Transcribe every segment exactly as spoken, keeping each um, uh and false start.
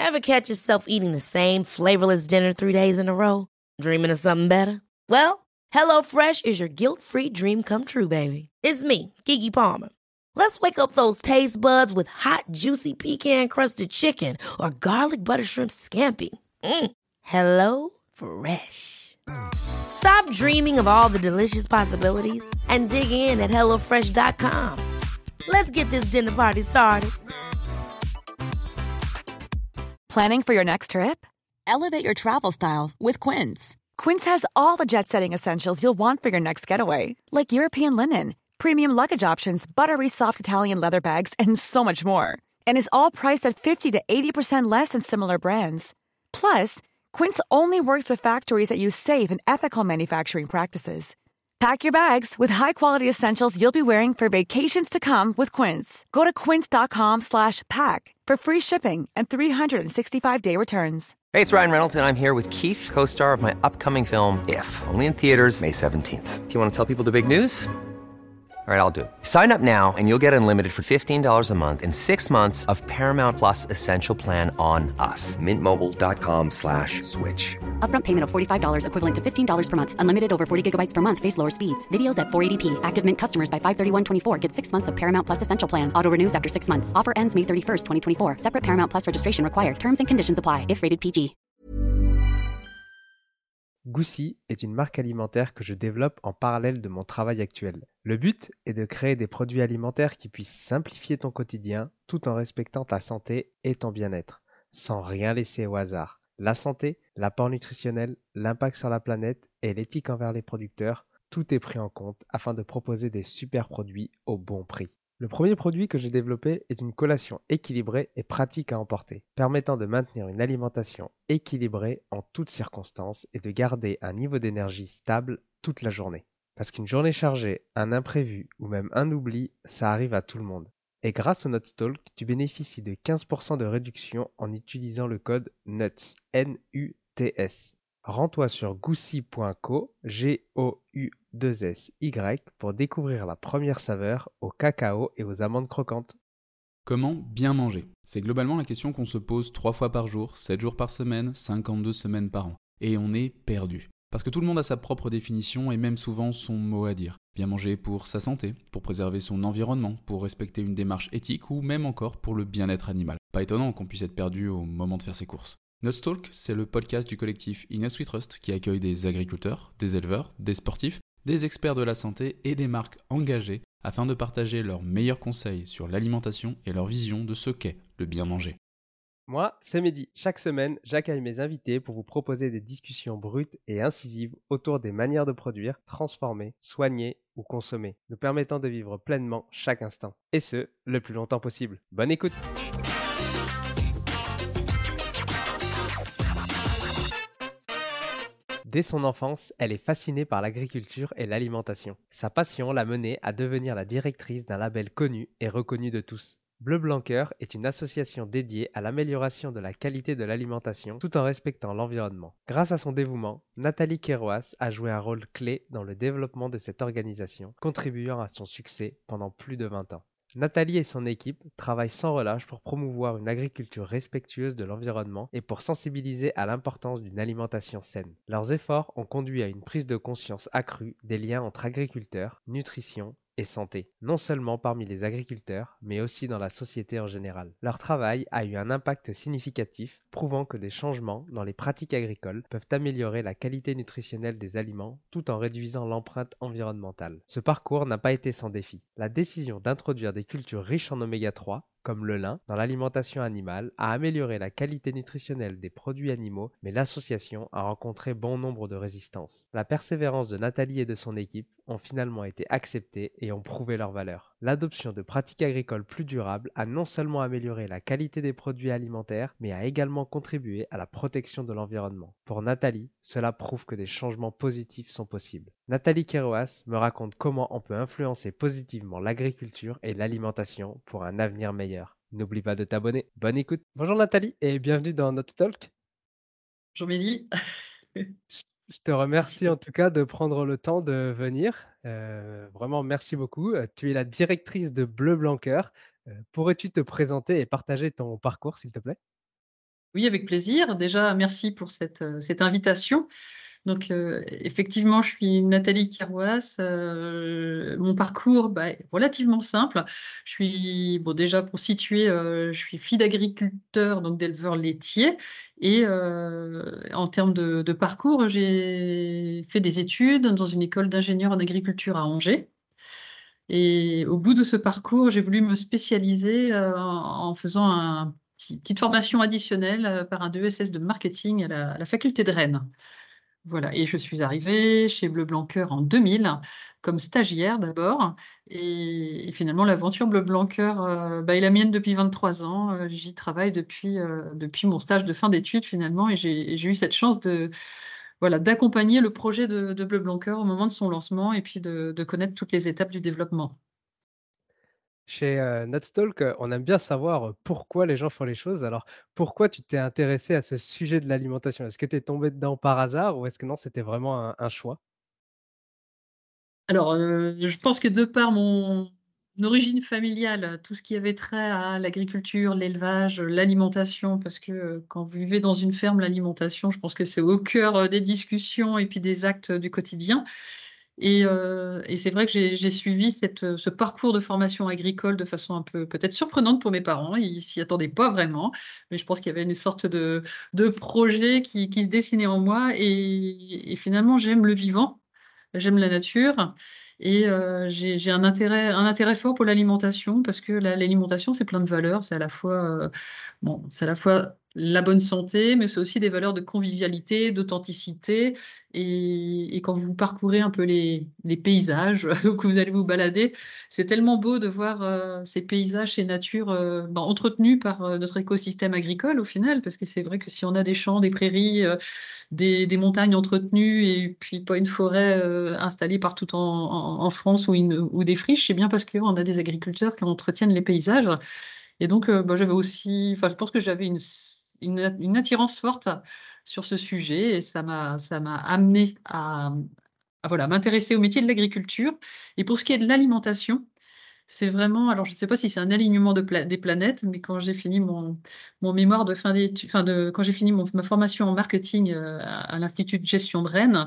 Ever catch yourself eating the same flavorless dinner three days in a row? Dreaming of something better? Well, HelloFresh is your guilt-free dream come true, baby. It's me, Keke Palmer. Let's wake up those taste buds with hot, juicy pecan-crusted chicken or garlic butter shrimp scampi. Mm. Hello Fresh. Stop dreaming of all the delicious possibilities and dig in at hello fresh dot com. Let's get this dinner party started. Planning for your next trip? Elevate your travel style with Quince. Quince has all the jet-setting essentials you'll want for your next getaway, like European linen, premium luggage options, buttery soft Italian leather bags, and so much more. And is all priced at fifty to eighty percent less than similar brands. Plus, Quince only works with factories that use safe and ethical manufacturing practices. Pack your bags with high-quality essentials you'll be wearing for vacations to come with Quince. Go to quince.com slash pack for free shipping and three sixty-five day returns. Hey, it's Ryan Reynolds, and I'm here with Keith, co-star of my upcoming film, If, only in theaters May seventeenth. Do you want to tell people the big news? All right, I'll do it. Sign up now and you'll get unlimited for fifteen dollars a month and six months of Paramount Plus Essential Plan on us. Mint Mobile dot com slash switch. Upfront payment of forty-five dollars equivalent to fifteen dollars per month. Unlimited over forty gigabytes per month. Face lower speeds. Videos at four eighty p. Active Mint customers by five thirty-one twenty-four get six months of Paramount Plus Essential Plan. Auto renews after six months. Offer ends May thirty-first, twenty twenty-four. Separate Paramount Plus registration required. Terms and conditions apply if rated P G. Goosey est une marque alimentaire que je développe en parallèle de mon travail actuel. Le but est de créer des produits alimentaires qui puissent simplifier ton quotidien tout en respectant ta santé et ton bien-être, sans rien laisser au hasard. La santé, l'apport nutritionnel, l'impact sur la planète et l'éthique envers les producteurs, tout est pris en compte afin de proposer des super produits au bon prix. Le premier produit que j'ai développé est une collation équilibrée et pratique à emporter, permettant de maintenir une alimentation équilibrée en toutes circonstances et de garder un niveau d'énergie stable toute la journée. Parce qu'une journée chargée, un imprévu ou même un oubli, ça arrive à tout le monde. Et grâce au Nutstalk, tu bénéficies de quinze pour cent de réduction en utilisant le code NUTS, N U T S. Rends-toi sur goosey point co, G O U deux S Y, pour découvrir la première saveur au cacao et aux amandes croquantes. Comment bien manger? C'est globalement la question qu'on se pose trois fois par jour, sept jours par semaine, cinquante-deux semaines par an. Et on est perdu. Parce que tout le monde a sa propre définition et même souvent son mot à dire. Bien manger pour sa santé, pour préserver son environnement, pour respecter une démarche éthique ou même encore pour le bien-être animal. Pas étonnant qu'on puisse être perdu au moment de faire ses courses. Nutstalk, c'est le podcast du collectif Inès We Trust qui accueille des agriculteurs, des éleveurs, des sportifs, des experts de la santé et des marques engagées afin de partager leurs meilleurs conseils sur l'alimentation et leur vision de ce qu'est le bien manger. Moi, c'est Mehdi. Chaque semaine, j'accueille mes invités pour vous proposer des discussions brutes et incisives autour des manières de produire, transformer, soigner ou consommer, nous permettant de vivre pleinement chaque instant. Et ce, le plus longtemps possible. Bonne écoute! Dès son enfance, elle est fascinée par l'agriculture et l'alimentation. Sa passion l'a menée à devenir la directrice d'un label connu et reconnu de tous. Bleu Blanc Cœur est une association dédiée à l'amélioration de la qualité de l'alimentation tout en respectant l'environnement. Grâce à son dévouement, Nathalie Kéroas a joué un rôle clé dans le développement de cette organisation, contribuant à son succès pendant plus de vingt ans. Nathalie et son équipe travaillent sans relâche pour promouvoir une agriculture respectueuse de l'environnement et pour sensibiliser à l'importance d'une alimentation saine. Leurs efforts ont conduit à une prise de conscience accrue des liens entre agriculteurs, nutrition et santé, non seulement parmi les agriculteurs, mais aussi dans la société en général. Leur travail a eu un impact significatif, prouvant que des changements dans les pratiques agricoles peuvent améliorer la qualité nutritionnelle des aliments tout en réduisant l'empreinte environnementale. Ce parcours n'a pas été sans défi. La décision d'introduire des cultures riches en oméga trois, comme le lin, dans l'alimentation animale, a amélioré la qualité nutritionnelle des produits animaux, mais l'association a rencontré bon nombre de résistances. La persévérance de Nathalie et de son équipe ont finalement été acceptées et ont prouvé leur valeur. L'adoption de pratiques agricoles plus durables a non seulement amélioré la qualité des produits alimentaires, mais a également contribué à la protection de l'environnement. Pour Nathalie, cela prouve que des changements positifs sont possibles. Nathalie Kéroas me raconte comment on peut influencer positivement l'agriculture et l'alimentation pour un avenir meilleur. N'oublie pas de t'abonner. Bonne écoute. Bonjour Nathalie et bienvenue dans notre talk. Bonjour Mélie. Je te remercie en tout cas de prendre le temps de venir. Euh, vraiment, merci beaucoup. Euh, Tu es la directrice de Bleu Blanc Cœur. Euh, pourrais-tu te présenter et partager ton parcours, s'il te plaît? Oui, avec plaisir. Déjà, merci pour cette, euh, cette invitation. Donc, euh, effectivement, je suis Nathalie Kerouas. Euh, mon parcours bah, est relativement simple. Je suis, bon, déjà pour situer, euh, je suis fille d'agriculteur, donc d'éleveur laitier. Et euh, en termes de, de parcours, j'ai fait des études dans une école d'ingénieur en agriculture à Angers. Et au bout de ce parcours, j'ai voulu me spécialiser euh, en faisant un petit- petite formation additionnelle euh, par un D E S S de marketing à la, à la faculté de Rennes. Voilà, et je suis arrivée chez Bleu Blanc Cœur en deux mille comme stagiaire d'abord. Et, et finalement, l'aventure Bleu Blanc Cœur euh, bah, est la mienne depuis vingt-trois ans. Euh, J'y travaille depuis, euh, depuis mon stage de fin d'études finalement. Et j'ai et j'ai eu cette chance de, voilà, d'accompagner le projet de, de Bleu Blanc Cœur au moment de son lancement et puis de, de connaître toutes les étapes du développement. Chez euh, Nutstalk, euh, on aime bien savoir euh, pourquoi les gens font les choses. Alors, pourquoi tu t'es intéressé à ce sujet de l'alimentation? Est-ce que tu es tombé dedans par hasard ou est-ce que non, c'était vraiment un, un choix? Alors, euh, je pense que de par mon origine familiale, tout ce qui avait trait à l'agriculture, l'élevage, l'alimentation, parce que euh, quand vous vivez dans une ferme, l'alimentation, je pense que c'est au cœur euh, des discussions et puis des actes du quotidien. Et, euh, et c'est vrai que j'ai j'ai suivi cette, ce parcours de formation agricole de façon un peu peut-être surprenante pour mes parents. Ils s'y attendaient pas vraiment, mais je pense qu'il y avait une sorte de, de projet qui, qui dessinait en moi. Et, et finalement, j'aime le vivant. J'aime la nature et euh, j'ai j'ai un intérêt, un intérêt fort pour l'alimentation parce que la- l'alimentation, c'est plein de valeurs. C'est à la fois, euh, bon, c'est à la fois la bonne santé, mais c'est aussi des valeurs de convivialité, d'authenticité. Et, et quand vous parcourez un peu les, les paysages ou que vous allez vous balader, c'est tellement beau de voir euh, ces paysages, ces natures euh, ben, entretenues par euh, notre écosystème agricole au final, parce que c'est vrai que si on a des champs, des prairies, euh, des, des montagnes entretenues et puis pas une forêt euh, installée partout en, en- en France ou, une, ou des friches, c'est bien parce qu'on a des agriculteurs qui entretiennent les paysages. Et donc, euh, bah, j'avais aussi, enfin, je pense que j'avais une, une, une attirance forte sur ce sujet et ça m'a, ça m'a amené à, à, voilà, m'intéresser au métier de l'agriculture. Et pour ce qui est de l'alimentation, c'est vraiment, alors je ne sais pas si c'est un alignement de pla- des planètes, mais quand j'ai fini mon, mon mémoire de fin d'études, enfin de, quand j'ai fini mon- ma formation en marketing euh, à, à l'Institut de gestion de Rennes,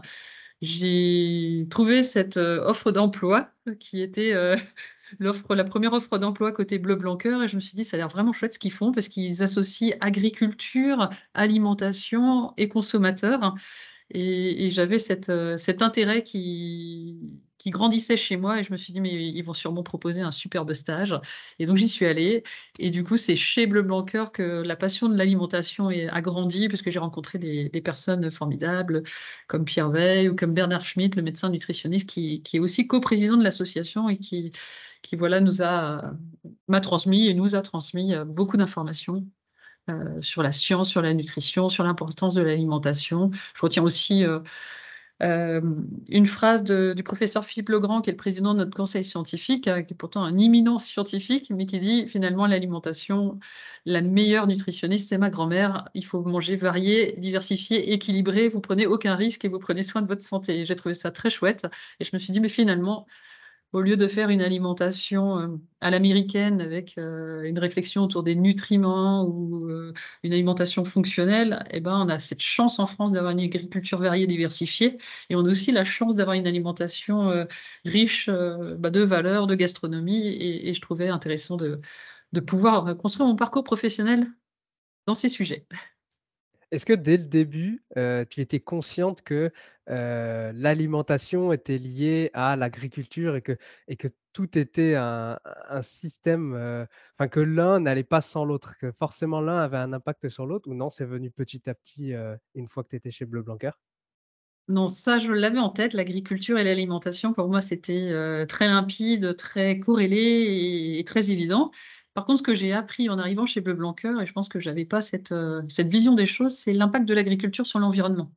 j'ai trouvé cette euh, offre d'emploi qui était euh, l'offre, la première offre d'emploi côté Bleu Blanc Cœur, et je me suis dit, ça a l'air vraiment chouette ce qu'ils font parce qu'ils associent agriculture, alimentation et consommateurs. Et, et j'avais cette, euh, cet intérêt qui, qui grandissait chez moi et je me suis dit, mais ils vont sûrement proposer un superbe stage. Et donc j'y suis allée. Et du coup, c'est chez Bleu Blanc Cœur que la passion de l'alimentation est- a grandi parce que j'ai rencontré des, des personnes formidables comme Pierre Veil ou comme Bernard Schmitt, le médecin nutritionniste qui, qui est aussi coprésident de l'association et qui, qui voilà, nous a, m'a transmis et nous a transmis euh, beaucoup d'informations euh, sur la science, sur la nutrition, sur l'importance de l'alimentation. Je retiens aussi euh, euh, une phrase de- du professeur Philippe Legrand, qui est le président de notre conseil scientifique, euh, qui est pourtant un éminent scientifique, mais qui dit finalement l'alimentation, la meilleure nutritionniste, c'est ma grand-mère. Il faut manger varié, diversifié, équilibré. Vous prenez aucun risque et vous prenez soin de votre santé. Et j'ai trouvé ça très chouette. Et je me suis dit, mais finalement, au lieu de faire une alimentation euh, à l'américaine avec euh, une réflexion autour des nutriments ou euh, une alimentation fonctionnelle, eh ben, on a cette chance en France d'avoir une agriculture variée et diversifiée. Et on a aussi la chance d'avoir une alimentation euh, riche euh, bah, de valeurs, de gastronomie. Et, et je trouvais intéressant de, de pouvoir construire mon parcours professionnel dans ces sujets. Est-ce que dès le début, euh, tu étais consciente que euh, l'alimentation était liée à l'agriculture et que, et que tout était un, un système, euh, enfin que l'un n'allait pas sans l'autre, que forcément l'un avait un impact sur l'autre, ou non, c'est venu petit à petit euh, une fois que tu étais chez Bleu Blanc Cœur? Non, ça, je l'avais en tête. L'agriculture et l'alimentation, pour moi, c'était euh, très limpide, très corrélé et, et très évident. Par contre, ce que j'ai appris en arrivant chez Bleu Blanc Cœur, et je pense que j'avais pas cette, euh, cette vision des choses, c'est l'impact de l'agriculture sur l'environnement.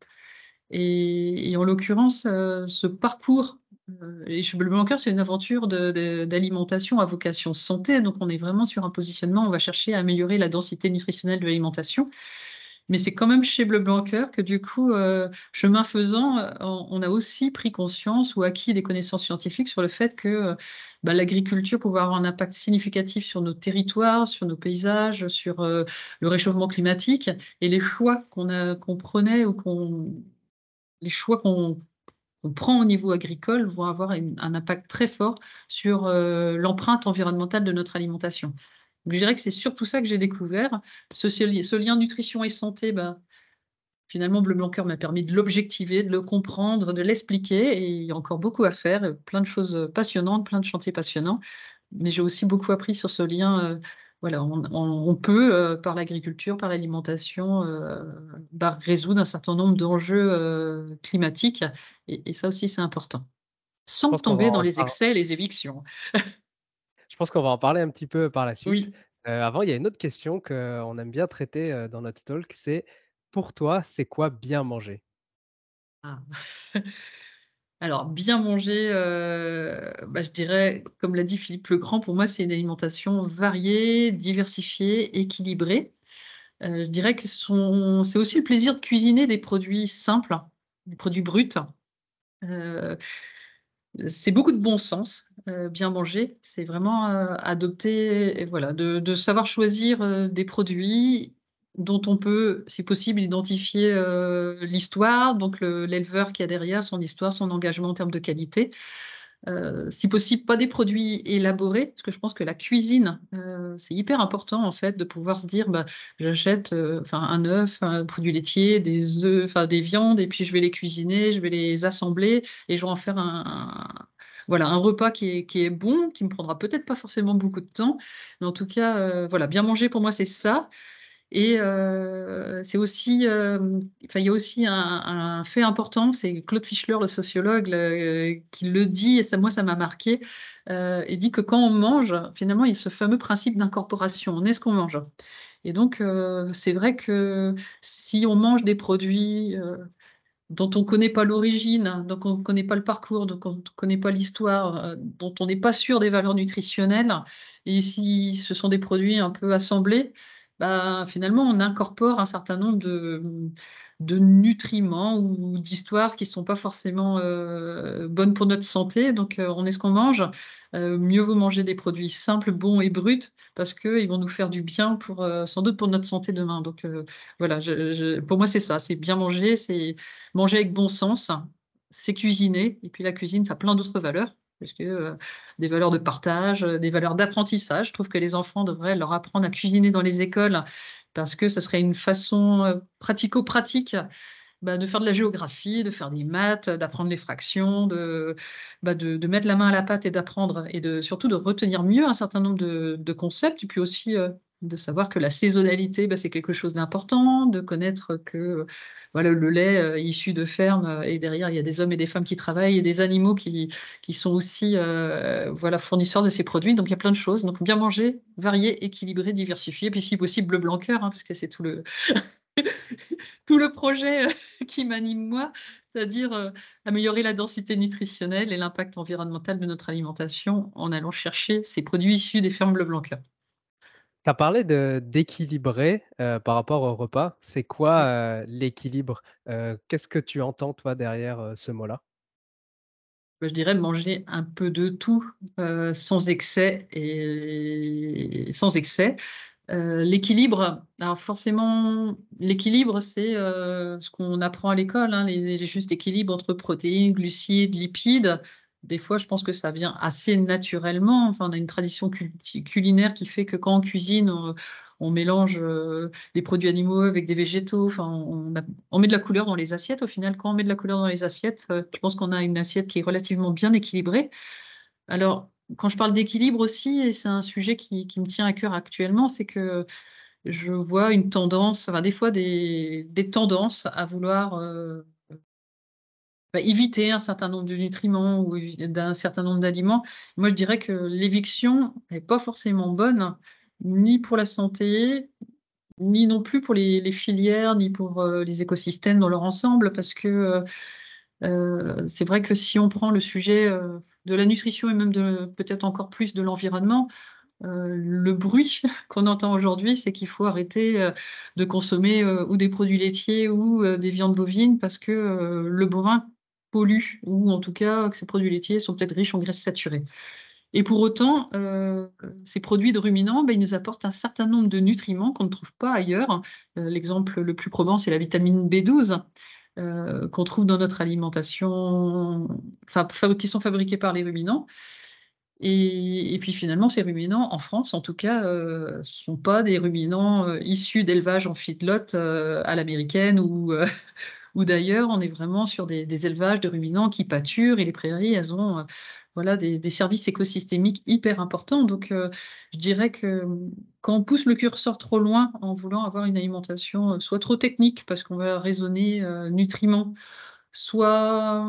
Et, et en l'occurrence, euh, ce parcours, euh, et chez Bleu Blanc Cœur, c'est une aventure de- de- d'alimentation à vocation santé. Donc, on est vraiment sur un positionnement, on va chercher à améliorer la densité nutritionnelle de l'alimentation. Mais c'est quand même chez Bleu Blanc Cœur que du coup, euh, chemin faisant, euh, on, on a aussi pris conscience ou acquis des connaissances scientifiques sur le fait que euh, bah, l'agriculture pouvait avoir un impact significatif sur nos territoires, sur nos paysages, sur euh, le réchauffement climatique. Et les choix qu'on a, qu'on prenait ou qu'on, les choix qu'on qu'on prend au niveau agricole vont avoir une- un impact très fort sur euh, l'empreinte environnementale de notre alimentation. Donc, je dirais que c'est surtout ça que j'ai découvert. Ce, ce li- ce lien nutrition et santé, bah, finalement, Bleu Blanc Cœur m'a permis de l'objectiver, de le comprendre, de l'expliquer. Et il y a encore beaucoup à faire, euh, plein de choses passionnantes, plein de chantiers passionnants. Mais j'ai aussi beaucoup appris sur ce lien. euh, voilà, on, on- on peut, euh, par l'agriculture, par l'alimentation, euh, bah, résoudre un certain nombre d'enjeux euh, climatiques. Et, et ça aussi, c'est important. Je Sans pense qu'on va tomber dans en les par excès et les évictions. je pense qu'on va en parler un petit peu par la suite. Oui. Heu, avant, il y a une autre question qu'on aime bien traiter, heu, dans notre talk, c'est: pour toi, c'est quoi bien manger? Ah. Alors, bien manger, euh, bah, je dirais, comme l'a dit Philippe Legrand, pour moi, c'est une alimentation variée, diversifiée, équilibrée. Euh, je dirais que son- c'est aussi le plaisir de cuisiner des produits simples, des produits bruts. Euh, c'est beaucoup de bon sens, euh, bien manger. C'est vraiment euh, adopter, et voilà, de, de savoir choisir euh, des produits dont on peut, si possible, identifier euh, l'histoire, donc le- l'éleveur qui a derrière, son histoire, son engagement en termes de qualité. Euh, si possible, pas des produits élaborés, parce que je pense que la cuisine, euh, c'est hyper important en fait de pouvoir se dire, bah, j'achète euh, enfin un œuf, un produit laitier, des œufs, enfin des viandes, et puis je vais les cuisiner, je vais les assembler, et je vais en faire un, un- voilà, un repas qui est, qui est bon, qui me prendra peut-être pas forcément beaucoup de temps, mais en tout cas, euh, voilà, bien manger pour moi c'est ça. Et euh, c'est aussi, euh, enfin, il y a aussi un, un fait important, c'est Claude Fischler, le sociologue, le- qui le dit, et ça, moi, ça m'a marqué. Euh, il dit que quand on mange, finalement, il y a ce fameux principe d'incorporation. On est ce qu'on mange. Et donc, euh, c'est vrai que si on mange des produits euh, dont on ne connaît pas l'origine, dont on ne connaît pas le parcours, dont on ne connaît pas l'histoire, euh, dont on n'est pas sûr des valeurs nutritionnelles, et si ce sont des produits un peu assemblés, bah, finalement, on incorpore un certain nombre de, de nutriments ou d'histoires qui ne sont pas forcément euh, bonnes pour notre santé. Donc, euh, on est ce qu'on mange. Euh, mieux vaut manger des produits simples, bons et bruts, parce qu'ils vont nous faire du bien, pour, euh, sans doute pour notre santé demain. Donc, euh, voilà, je- je- pour moi, c'est ça, c'est bien manger, c'est manger avec bon sens, c'est cuisiner. Et puis la cuisine, ça a plein d'autres valeurs, parce que euh, des valeurs de partage, euh, des valeurs d'apprentissage. Je trouve que les enfants devraient leur apprendre à cuisiner dans les écoles, parce que ce serait une façon euh, pratico-pratique, bah, de faire de la géographie, de faire des maths, d'apprendre les fractions, de, bah, de, de mettre la main à la pâte et d'apprendre, et de, surtout de retenir mieux un certain nombre de, de concepts, et puis aussi euh, de savoir que la saisonnalité, bah, c'est quelque chose d'important, de connaître que euh, voilà, le lait euh, issu de ferme, euh, et derrière, il y a des hommes et des femmes qui travaillent, et des animaux qui, qui sont aussi euh, voilà, fournisseurs de ces produits. Donc, il y a plein de choses. Donc, bien manger, varié, équilibré, diversifié, puis si possible, bleu blanc cœur, hein, parce que c'est tout le, tout le projet euh, qui m'anime moi, c'est-à-dire euh, améliorer la densité nutritionnelle et l'impact environnemental de notre alimentation en allant chercher ces produits issus des fermes Bleu Blanc Cœur. Tu as parlé de d'équilibrer, heu, par rapport au repas. C'est Oui. quoi, heu, l'équilibre? Heu, qu'est-ce que tu entends toi derrière, heu, ce mot-là? Bah, je dirais manger un peu de tout, euh, sans excès et sans excès. Euh, l'équilibre, alors forcément, l'équilibre, c'est euh, ce qu'on apprend à l'école, hein, les, les justes équilibres entre protéines, glucides, lipides. Des fois, je pense que ça vient assez naturellement. Enfin, on a une tradition cul- culinaire qui fait que quand on cuisine, on, on mélange euh, des produits animaux avec des végétaux. Enfin, on, a- on met de la couleur dans les assiettes. Au final, quand on met de la couleur dans les assiettes, euh, je pense qu'on a une assiette qui est relativement bien équilibrée. Alors, quand je parle d'équilibre aussi, et c'est un sujet qui, qui me tient à cœur actuellement, c'est que je vois une tendance, enfin des fois des, des tendances à vouloir euh, bah, éviter un certain nombre de nutriments ou évi- d'un certain nombre d'aliments. Moi, je dirais que l'éviction n'est pas forcément bonne, ni pour la santé, ni non plus pour les, les filières, ni pour euh, les écosystèmes dans leur ensemble, parce que euh, euh, c'est vrai que si on prend le sujet euh, de la nutrition et même de peut-être encore plus de l'environnement, Euh, le bruit qu'on entend aujourd'hui, c'est qu'il faut arrêter euh, de consommer euh, ou des produits laitiers ou euh, des viandes bovines parce que euh, le bovin pollue, ou en tout cas que ces produits laitiers sont peut-être riches en graisses saturées. Et pour autant, euh, ces produits de ruminants, ben, ils nous apportent un certain nombre de nutriments qu'on ne trouve pas ailleurs. Euh, l'exemple le plus probant, c'est la vitamine B douze, euh, qu'on trouve dans notre alimentation, enfin, fa- qui sont fabriqués par les ruminants. Et, et puis finalement, ces ruminants, en France en tout cas, ne sont pas des ruminants euh, issus d'élevage en feedlot euh, à l'américaine ou, euh, ou d'ailleurs. On est vraiment sur des, des élevages de ruminants qui pâturent, et les prairies, elles ont euh, voilà, des, des services écosystémiques hyper importants. Donc euh, je dirais que quand on pousse le curseur trop loin en voulant avoir une alimentation euh, soit trop technique parce qu'on va raisonner euh, nutriments, soit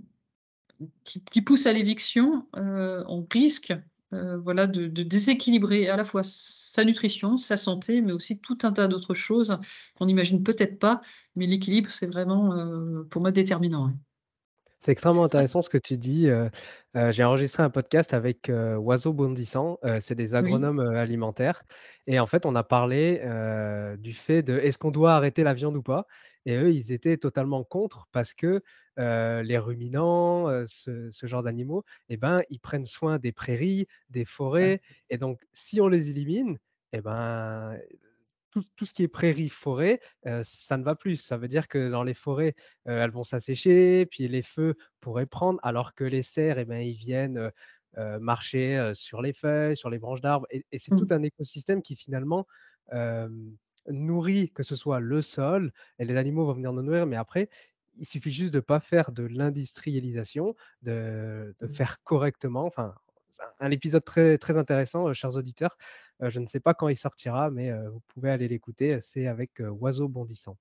qui, qui pousse à l'éviction, euh, on risque euh, voilà, de, de déséquilibrer à la fois sa nutrition, sa santé, mais aussi tout un tas d'autres choses qu'on n'imagine peut-être pas. Mais l'équilibre, c'est vraiment, euh, pour moi, déterminant. Ouais. C'est extrêmement intéressant ce que tu dis. euh, euh, j'ai enregistré un podcast avec euh, Oiseaux Bondissants, euh, c'est des Oui. agronomes euh, alimentaires. Et en fait, on a parlé euh, du fait de est-ce qu'on doit arrêter la viande ou pas. Et eux, ils étaient totalement contre parce que euh, les ruminants, euh, ce, ce genre d'animaux, eh ben, ils prennent soin des prairies, des forêts. Et donc, si on les élimine, eh ben, tout, tout ce qui est prairie, forêt, euh, ça ne va plus. Ça veut dire que dans les forêts, euh, elles vont s'assécher, puis les feux pourraient prendre, alors que les cerfs, eh ben, ils viennent euh, euh, marcher euh, sur les feuilles, sur les branches d'arbres. Et, et c'est tout Mm. un écosystème qui finalement euh, nourrit, que ce soit le sol, et les animaux vont venir nous nourrir, mais après, il suffit juste de ne pas faire de l'industrialisation, de, de faire correctement. Enfin, un, un épisode très, très intéressant, euh, chers auditeurs. Euh, je ne sais pas quand il sortira, mais euh, vous pouvez aller l'écouter. C'est avec euh, Oiseaux bondissants.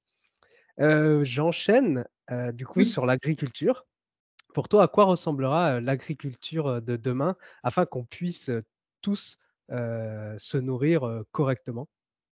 Euh, j'enchaîne euh, du coup Oui. sur l'agriculture. Pour toi, à quoi ressemblera euh, l'agriculture euh, de demain afin qu'on puisse euh, tous euh, se nourrir euh, correctement?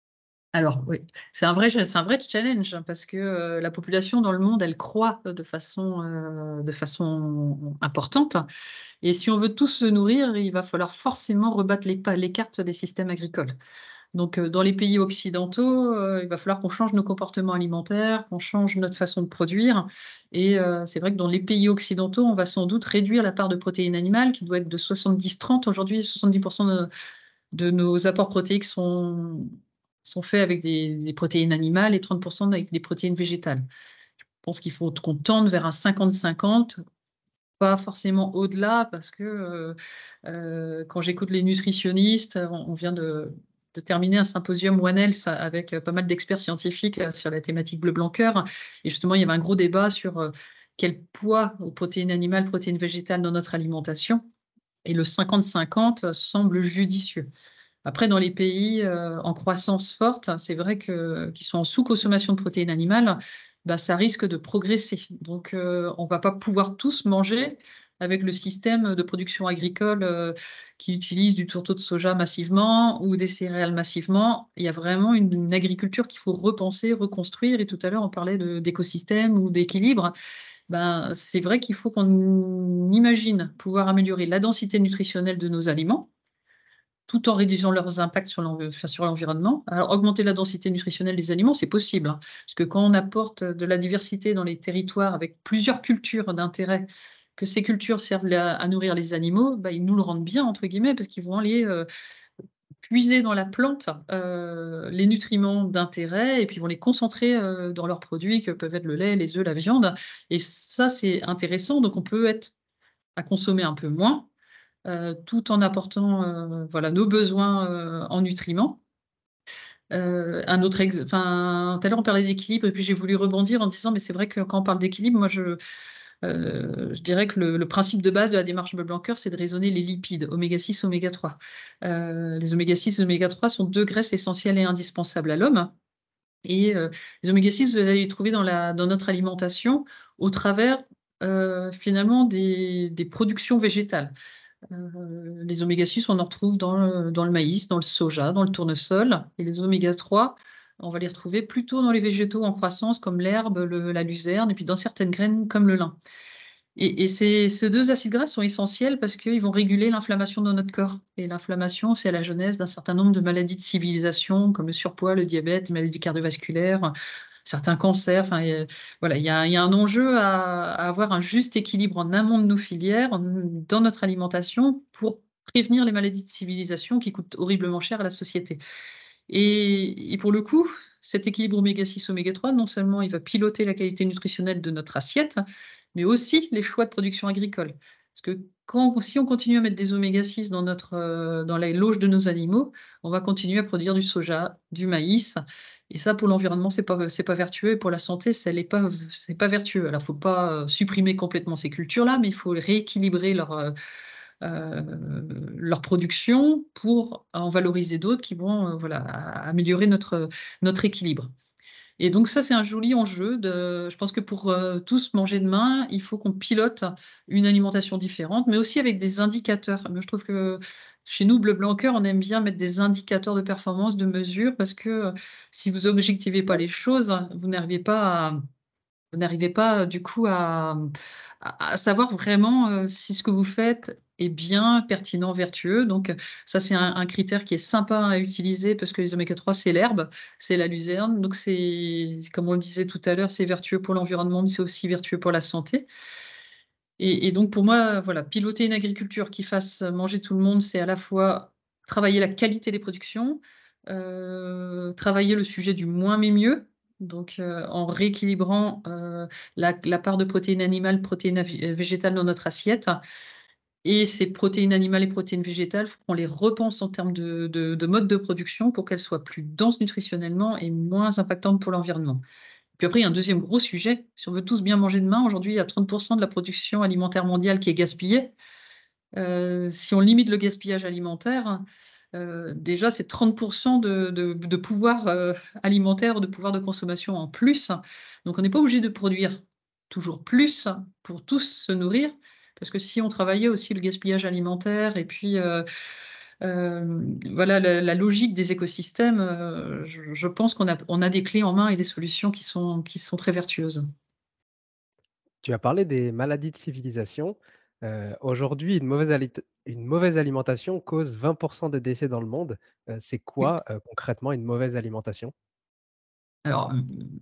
Alors, oui, c'est un vrai, c'est un vrai challenge hein, parce que euh, la population dans le monde, elle croît de façon, euh, de façon importante. Et si on veut tous se nourrir, il va falloir forcément rebattre les, pa- les cartes des systèmes agricoles. Donc, euh, dans les pays occidentaux, euh, il va falloir qu'on change nos comportements alimentaires, qu'on change notre façon de produire. Et euh, c'est vrai que dans les pays occidentaux, on va sans doute réduire la part de protéines animales qui doit être de soixante-dix trente. Aujourd'hui, soixante-dix pour cent de, de nos apports protéiques sont, sont faits avec des, des protéines animales et trente pour cent avec des protéines végétales. Je pense qu'il faut qu'on tende vers un cinquante cinquante, pas forcément au-delà, parce que euh, euh, quand j'écoute les nutritionnistes, on, on vient de, de terminer un symposium One Health avec euh, pas mal d'experts scientifiques euh, sur la thématique bleu-blanc-cœur. Et justement, il y avait un gros débat sur euh, quel poids aux protéines animales, protéines végétales dans notre alimentation. Et le cinquante cinquante semble judicieux. Après, dans les pays euh, en croissance forte, c'est vrai que qui sont en sous-consommation de protéines animales, bah, ça risque de progresser. Donc, euh, on ne va pas pouvoir tous manger avec le système de production agricole euh, qui utilise du tourteau de soja massivement ou des céréales massivement. Il y a vraiment une, une agriculture qu'il faut repenser, reconstruire. Et tout à l'heure, on parlait de- d'écosystème ou d'équilibre. Ben, c'est vrai qu'il faut qu'on imagine pouvoir améliorer la densité nutritionnelle de nos aliments tout en réduisant leurs impacts sur l'env- enfin, sur l'environnement. Alors, augmenter la densité nutritionnelle des aliments, c'est possible, hein, parce que quand on apporte de la diversité dans les territoires avec plusieurs cultures d'intérêt, que ces cultures servent la- à nourrir les animaux, bah, ils nous le rendent bien, entre guillemets, parce qu'ils vont aller euh, puiser dans la plante euh, les nutriments d'intérêt et puis ils vont les concentrer euh, dans leurs produits, que peuvent être le lait, les œufs, la viande. Et ça, c'est intéressant. Donc, on peut être à consommer un peu moins euh, tout en apportant euh, voilà, nos besoins euh, en nutriments. Euh, un autre ex... enfin, tout à l'heure, on parlait d'équilibre et puis j'ai voulu rebondir en disant, mais c'est vrai que quand on parle d'équilibre, moi, je, euh, je dirais que le, le principe de base de la démarche Bleu-Blanc-Cœur, c'est de raisonner les lipides, oméga six, oméga trois. Euh, les oméga six et oméga trois sont deux graisses essentielles et indispensables à l'homme. Et euh, les oméga six, vous allez les trouver dans, la, dans notre alimentation au travers euh, finalement des, des productions végétales. Euh, les oméga six, on en retrouve dans le, dans le maïs, dans le soja, dans le tournesol. Et les oméga trois, on va les retrouver plutôt dans les végétaux en croissance comme l'herbe, le- la luzerne, et puis dans certaines graines comme le lin. Et, et ces, ces deux acides gras sont essentiels parce qu'ils vont réguler l'inflammation dans notre corps. Et l'inflammation, c'est à la genèse d'un certain nombre de maladies de civilisation, comme le surpoids, le diabète, les maladies cardiovasculaires, certains cancers. Enfin, et, voilà, il y a, il y a un enjeu à, à avoir un juste équilibre en amont de nos filières, en- dans notre alimentation, pour prévenir les maladies de civilisation qui coûtent horriblement cher à la société. Et, et pour le coup, cet équilibre oméga six, oméga trois, non seulement il va piloter la qualité nutritionnelle de notre assiette, mais aussi les choix de production agricole. Parce que quand, si on continue à mettre des oméga six dans, notre, euh, dans la loge de nos animaux, on va continuer à produire du soja, du maïs. Et ça, pour l'environnement, c'est pas, c'est pas vertueux. Et pour la santé, ça n'est pas, c'est pas vertueux. Alors, il ne faut pas euh, supprimer complètement ces cultures-là, mais il faut rééquilibrer leur, euh, euh, leur production pour en valoriser d'autres qui vont euh, voilà, améliorer notre, notre équilibre. Et donc ça, c'est un joli enjeu. De, je pense que pour euh, tous manger demain, il faut qu'on pilote une alimentation différente, mais aussi avec des indicateurs. Moi, je trouve que chez nous, Bleu Blanc Cœur, on aime bien mettre des indicateurs de performance, de mesure, parce que euh, si vous objectivez pas les choses, vous n'arrivez pas à, vous n'arrivez pas, euh, du coup, à, à- à savoir vraiment euh, si ce que vous faites est bien, pertinent, vertueux. Donc, ça, c'est un, un critère qui est sympa à utiliser parce que les oméga trois, c'est l'herbe, c'est la luzerne. Donc, c'est, comme on le disait tout à l'heure, c'est vertueux pour l'environnement, mais c'est aussi vertueux pour la santé. Et, et donc, pour moi, voilà, piloter une agriculture qui fasse manger tout le monde, c'est à la fois travailler la qualité des productions, euh, travailler le sujet du moins mais mieux, donc euh, en rééquilibrant euh, la, la part de protéines animales, protéines avi- végétales dans notre assiette. Et ces protéines animales et protéines végétales, il faut qu'on les repense en termes de, de, de mode de production pour qu'elles soient plus denses nutritionnellement et moins impactantes pour l'environnement. Puis après, il y a un deuxième gros sujet. Si on veut tous bien manger demain, aujourd'hui, il y a trente pour cent de la production alimentaire mondiale qui est gaspillée. Euh, si on limite le gaspillage alimentaire, euh, déjà, c'est trente pour cent de, de, de pouvoir euh, alimentaire, de pouvoir de consommation en plus. Donc, on n'est pas obligé de produire toujours plus pour tous se nourrir. Parce que si on travaillait aussi le gaspillage alimentaire et puis euh, euh, voilà la, la logique des écosystèmes, euh, je, je pense qu'on a, on a des clés en main et des solutions qui sont, qui sont très vertueuses. Tu as parlé des maladies de civilisation. Euh, aujourd'hui, une mauvaise, ali- une mauvaise alimentation cause vingt pour cent des décès dans le monde. Euh, c'est Oui. quoi euh, concrètement une mauvaise alimentation? Alors,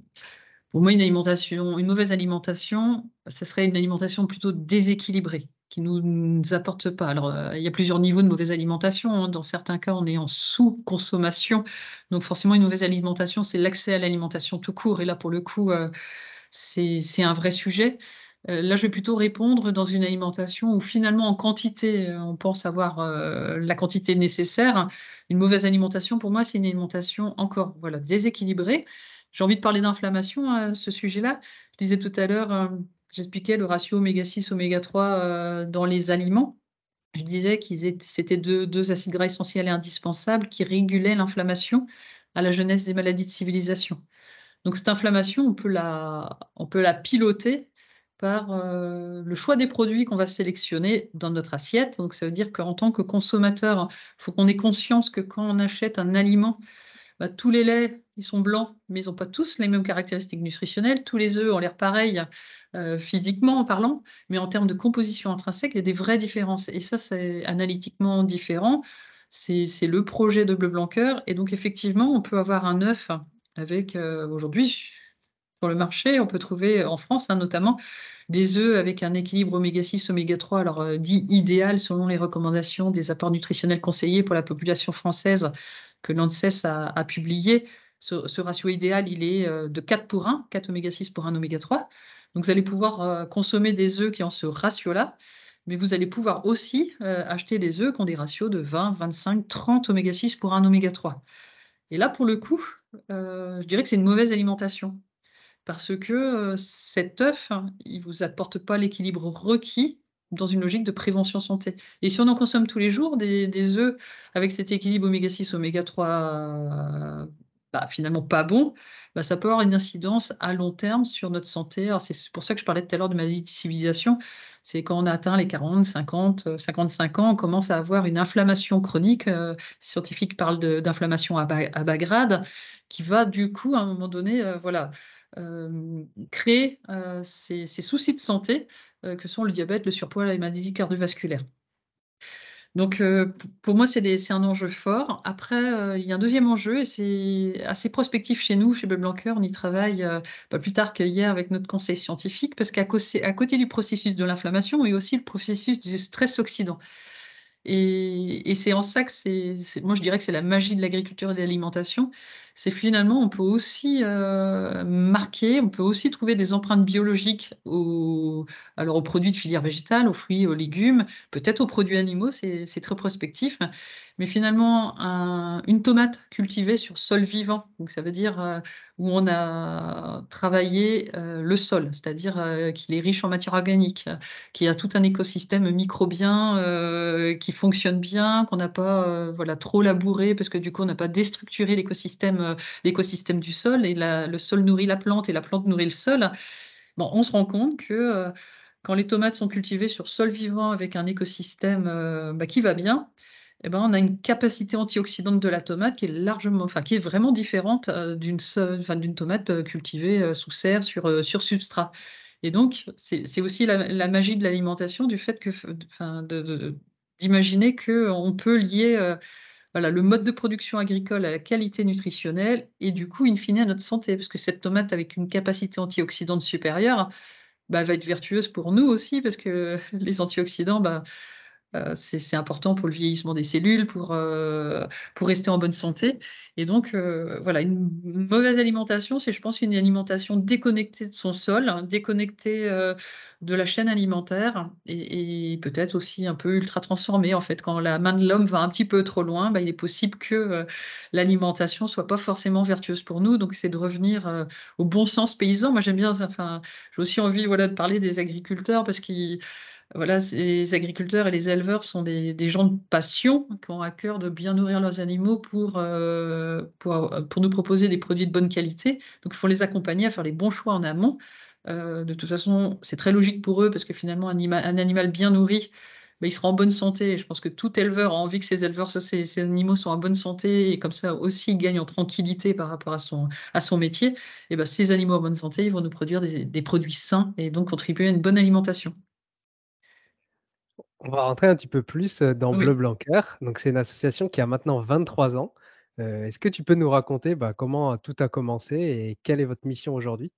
pour moi, une alimentation, une mauvaise alimentation, ce serait une alimentation plutôt déséquilibrée, qui nous, nous apporte pas. Alors, euh, il y a plusieurs niveaux de mauvaise alimentation, hein. Dans certains cas, on est en sous-consommation. Donc, forcément, une mauvaise alimentation, c'est l'accès à l'alimentation tout court. Et là, pour le coup, euh, c'est, c'est un vrai sujet. Euh, là, je vais plutôt répondre dans une alimentation où finalement, en quantité, euh, on pense avoir euh, la quantité nécessaire. Une mauvaise alimentation, pour moi, c'est une alimentation encore voilà, déséquilibrée. J'ai envie de parler d'inflammation à ce sujet-là. Je disais tout à l'heure, euh, j'expliquais le ratio oméga six, oméga trois euh, dans les aliments. Je disais qu'ils étaient, c'était deux, deux acides gras essentiels et indispensables qui régulaient l'inflammation à la jeunesse des maladies de civilisation. Donc cette inflammation, on peut la, on peut la piloter par euh, le choix des produits qu'on va sélectionner dans notre assiette. Donc ça veut dire qu'en tant que consommateur, il faut qu'on ait conscience que quand on achète un aliment, bah, tous les laits, ils sont blancs, mais ils n'ont pas tous les mêmes caractéristiques nutritionnelles. Tous les œufs ont l'air pareils euh, physiquement en parlant, mais en termes de composition intrinsèque, il y a des vraies différences. Et ça, c'est analytiquement différent. C'est c'est le projet de Bleu Blanc Cœur. Et donc, effectivement, on peut avoir un œuf avec, euh, aujourd'hui, sur le marché, on peut trouver en France, hein, notamment, des œufs avec un équilibre oméga six, oméga trois, alors euh, dit idéal selon les recommandations des apports nutritionnels conseillés pour la population française que l'ANSES a, a publié. Ce, ce ratio idéal, il est euh, de quatre pour un, quatre oméga six pour un oméga trois. Donc vous allez pouvoir euh, consommer des œufs qui ont ce ratio-là, mais vous allez pouvoir aussi euh, acheter des œufs qui ont des ratios de vingt, vingt-cinq, trente oméga six pour un oméga trois. Et là, pour le coup, euh, je dirais que c'est une mauvaise alimentation. Parce que euh, cet œuf, hein, il ne vous apporte pas l'équilibre requis dans une logique de prévention santé. Et si on en consomme tous les jours, des, des œufs avec cet équilibre oméga six, oméga trois, euh, bah, finalement pas bon, bah, ça peut avoir une incidence à long terme sur notre santé. Alors c'est pour ça que je parlais tout à l'heure de maladie de civilisation. C'est quand on a atteint les quarante, cinquante, cinquante-cinq ans, on commence à avoir une inflammation chronique. Euh, les scientifiques parlent de- d'inflammation à bas, à bas grade, qui va du coup, à un moment donné, euh, voilà, euh, créer euh, ces, ces soucis de santé euh, que sont le diabète, le surpoids et les maladies cardiovasculaires. Donc, euh, p- pour moi, c'est des- c'est un enjeu fort. Après, euh, il y a un deuxième enjeu, et c'est assez prospectif chez nous, chez Bleu Blanqueur. On y travaille euh, pas plus tard qu'hier avec notre conseil scientifique, parce qu'à côté, à côté du processus de l'inflammation, il y a aussi le processus du stress oxydant. Et, et c'est en ça que c'est, c'est- moi je dirais que c'est la magie de l'agriculture et de l'alimentation. C'est finalement, on peut aussi euh, marquer, on peut aussi trouver des empreintes biologiques aux, alors aux produits de filière végétale, aux fruits, aux légumes, peut-être aux produits animaux, c'est c'est très prospectif. Mais finalement, un- une tomate cultivée sur sol vivant, donc ça veut dire euh, où on a travaillé euh, le sol, c'est-à-dire euh, qu'il est riche en matière organique, qu'il y a tout un écosystème microbien euh, qui fonctionne bien, qu'on n'a pas euh, voilà, trop labouré, parce que du coup, on n'a pas déstructuré l'écosystème euh, l'écosystème du sol, et la- le sol nourrit la plante, et la plante nourrit le sol. Bon, on se rend compte que euh, quand les tomates sont cultivées sur sol vivant avec un écosystème euh, bah, qui va bien, eh ben, on a une capacité antioxydante de la tomate qui est largement, enfin, qui est vraiment différente euh, d'une seule- enfin, d'une tomate euh, cultivée euh, sous serre sur, euh, sur substrat. Et donc, c'est c'est aussi la, la magie de l'alimentation, du fait que, enfin, de- de- d'imaginer qu'on peut lier euh, voilà, le mode de production agricole à la qualité nutritionnelle et du coup, in fine, à notre santé. Parce que cette tomate avec une capacité antioxydante supérieure bah, va être vertueuse pour nous aussi, parce que les antioxydants, bah, euh, c'est c'est important pour le vieillissement des cellules, pour, euh, pour rester en bonne santé. Et donc, euh, voilà, une mauvaise alimentation, c'est, je pense, une alimentation déconnectée de son sol, hein, déconnectée euh, de la chaîne alimentaire et, et peut-être aussi un peu ultra transformée. En fait, quand la main de l'homme va un petit peu trop loin, bah, il est possible que euh, l'alimentation soit pas forcément vertueuse pour nous. Donc, c'est de revenir euh, au bon sens paysan. Moi, j'aime bien, enfin, j'ai aussi envie, voilà, de parler des agriculteurs parce qu'ils voilà, les agriculteurs et les éleveurs sont des, des gens de passion qui ont à cœur de bien nourrir leurs animaux pour, euh, pour, pour nous proposer des produits de bonne qualité. Donc, il faut les accompagner à faire les bons choix en amont. Euh, de toute façon, c'est très logique pour eux parce que finalement, un, anima- un animal bien nourri, ben, il sera en bonne santé. Et je pense que tout éleveur a envie que ses éleveurs, ses, ses animaux soient en bonne santé et comme ça aussi, il gagne en tranquillité par rapport à son, à son métier. Et ben, ces animaux en bonne santé, ils vont nous produire des, des produits sains et donc contribuer à une bonne alimentation. On va rentrer un petit peu plus euh, dans Bleu Oui. Blanc Cœur. Donc, c'est une association qui a maintenant vingt-trois ans. Euh, est-ce que tu peux nous raconter bah, comment tout a commencé et quelle est votre mission aujourd'hui?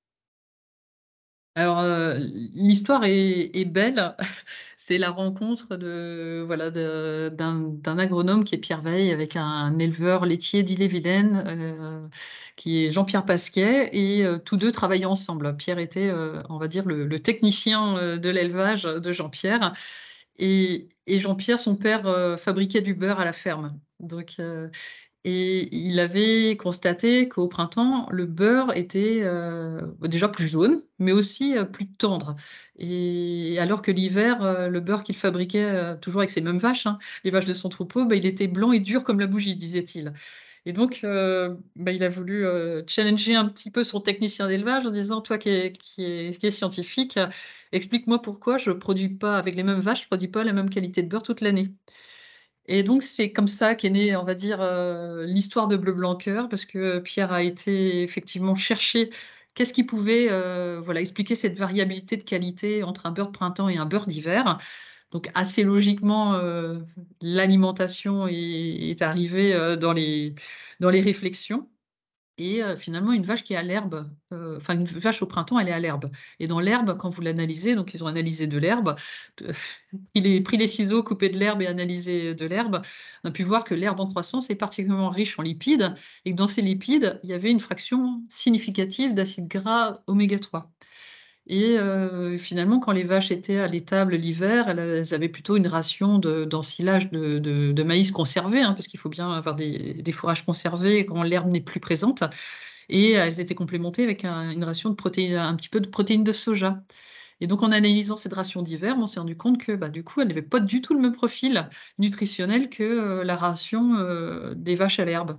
Alors, euh, l'histoire est, est belle. C'est la rencontre de, voilà, de- d'un, d'un agronome qui est Pierre Veille avec un éleveur laitier d'Ille-et-Vilaine euh, qui est Jean-Pierre Pasquier et euh, tous deux travaillaient ensemble. Pierre était, euh, on va dire, le, le technicien euh, de l'élevage de Jean-Pierre et, et Jean-Pierre, son père, euh, fabriquait du beurre à la ferme. Donc, euh, et il avait constaté qu'au printemps, le beurre était euh, déjà plus jaune, mais aussi euh, plus tendre. Et alors que l'hiver, euh, le beurre qu'il fabriquait euh, toujours avec ces mêmes vaches, hein, les vaches de son troupeau, bah, il était blanc et dur comme la bougie, disait-il. Et donc, euh, bah, il a voulu euh, challenger un petit peu son technicien d'élevage en disant, toi qui es, qui es- qui es scientifique, euh, explique-moi pourquoi je ne produis pas avec les mêmes vaches, je ne produis pas la même qualité de beurre toute l'année. Et donc, c'est comme ça qu'est née, on va dire, euh, l'histoire de Bleu Blanc Cœur, parce que Pierre a été effectivement chercher qu'est-ce qui pouvait euh, voilà, expliquer cette variabilité de qualité entre un beurre de printemps et un beurre d'hiver. Donc, assez logiquement, euh, l'alimentation est, est arrivée euh, dans les, dans les réflexions. Et euh, finalement, une vache qui est à l'herbe, euh, enfin une vache au printemps, elle est à l'herbe. Et dans l'herbe, quand vous l'analysez, donc ils ont analysé de l'herbe, euh, il est pris les ciseaux, coupé de l'herbe et analysé de l'herbe, on a pu voir que l'herbe en croissance est particulièrement riche en lipides et que dans ces lipides, il y avait une fraction significative d'acides gras oméga trois. Et euh, finalement, quand les vaches étaient à l'étable l'hiver, elles, elles avaient plutôt une ration de- d'ensilage de, de- de maïs conservé, hein, parce qu'il faut bien avoir des, des fourrages conservés quand l'herbe n'est plus présente. Et elles étaient complémentées avec un- une ration de protéines, un petit peu de protéines de soja. Et donc, en analysant cette ration d'hiver, on s'est rendu compte que bah, du coup, elle n'avait pas du tout le même profil nutritionnel que euh, la ration euh, des vaches à l'herbe.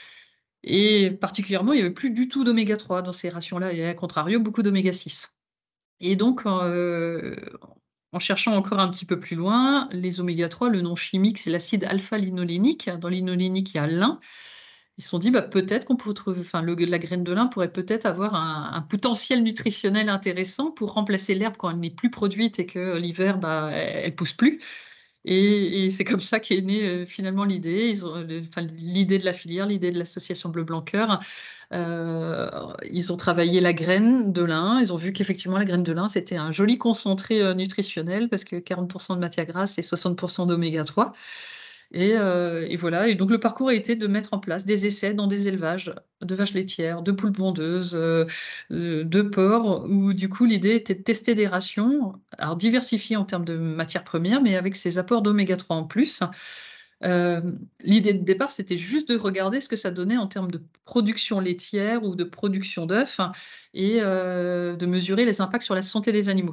Et particulièrement, il n'y avait plus du tout d'oméga trois dans ces rations-là, et à contrario, beaucoup d'oméga six. Et donc, euh, en cherchant encore un petit peu plus loin, les oméga trois, le nom chimique, c'est l'acide alpha-linolénique. Dans l'inolénique, il y a l'un. ils se sont dit, bah, peut-être qu'on peut trouver, enfin, le, la graine de lin pourrait peut-être avoir un, un potentiel nutritionnel intéressant pour remplacer l'herbe quand elle n'est plus produite et que l'hiver, bah, elle ne pousse plus. Et, et c'est comme ça qu'est née euh, finalement l'idée, ils ont, le- enfin, l'idée de la filière, l'idée de l'association Bleu Blanc Cœur. Euh, ils ont travaillé la graine de lin, ils ont vu qu'effectivement la graine de lin c'était un joli concentré euh, nutritionnel parce que quarante pour cent de matière grasse et soixante pour cent d'oméga trois. Et, euh, et voilà, et donc le parcours a été de mettre en place des essais dans des élevages de vaches laitières, de poules pondeuses, euh, euh, de porcs, où du coup l'idée était de tester des rations, alors diversifiées en termes de matières premières, mais avec ces apports d'oméga trois en plus. Euh, l'idée de départ, c'était juste de regarder ce que ça donnait en termes de production laitière ou de production d'œufs et euh, de mesurer les impacts sur la santé des animaux.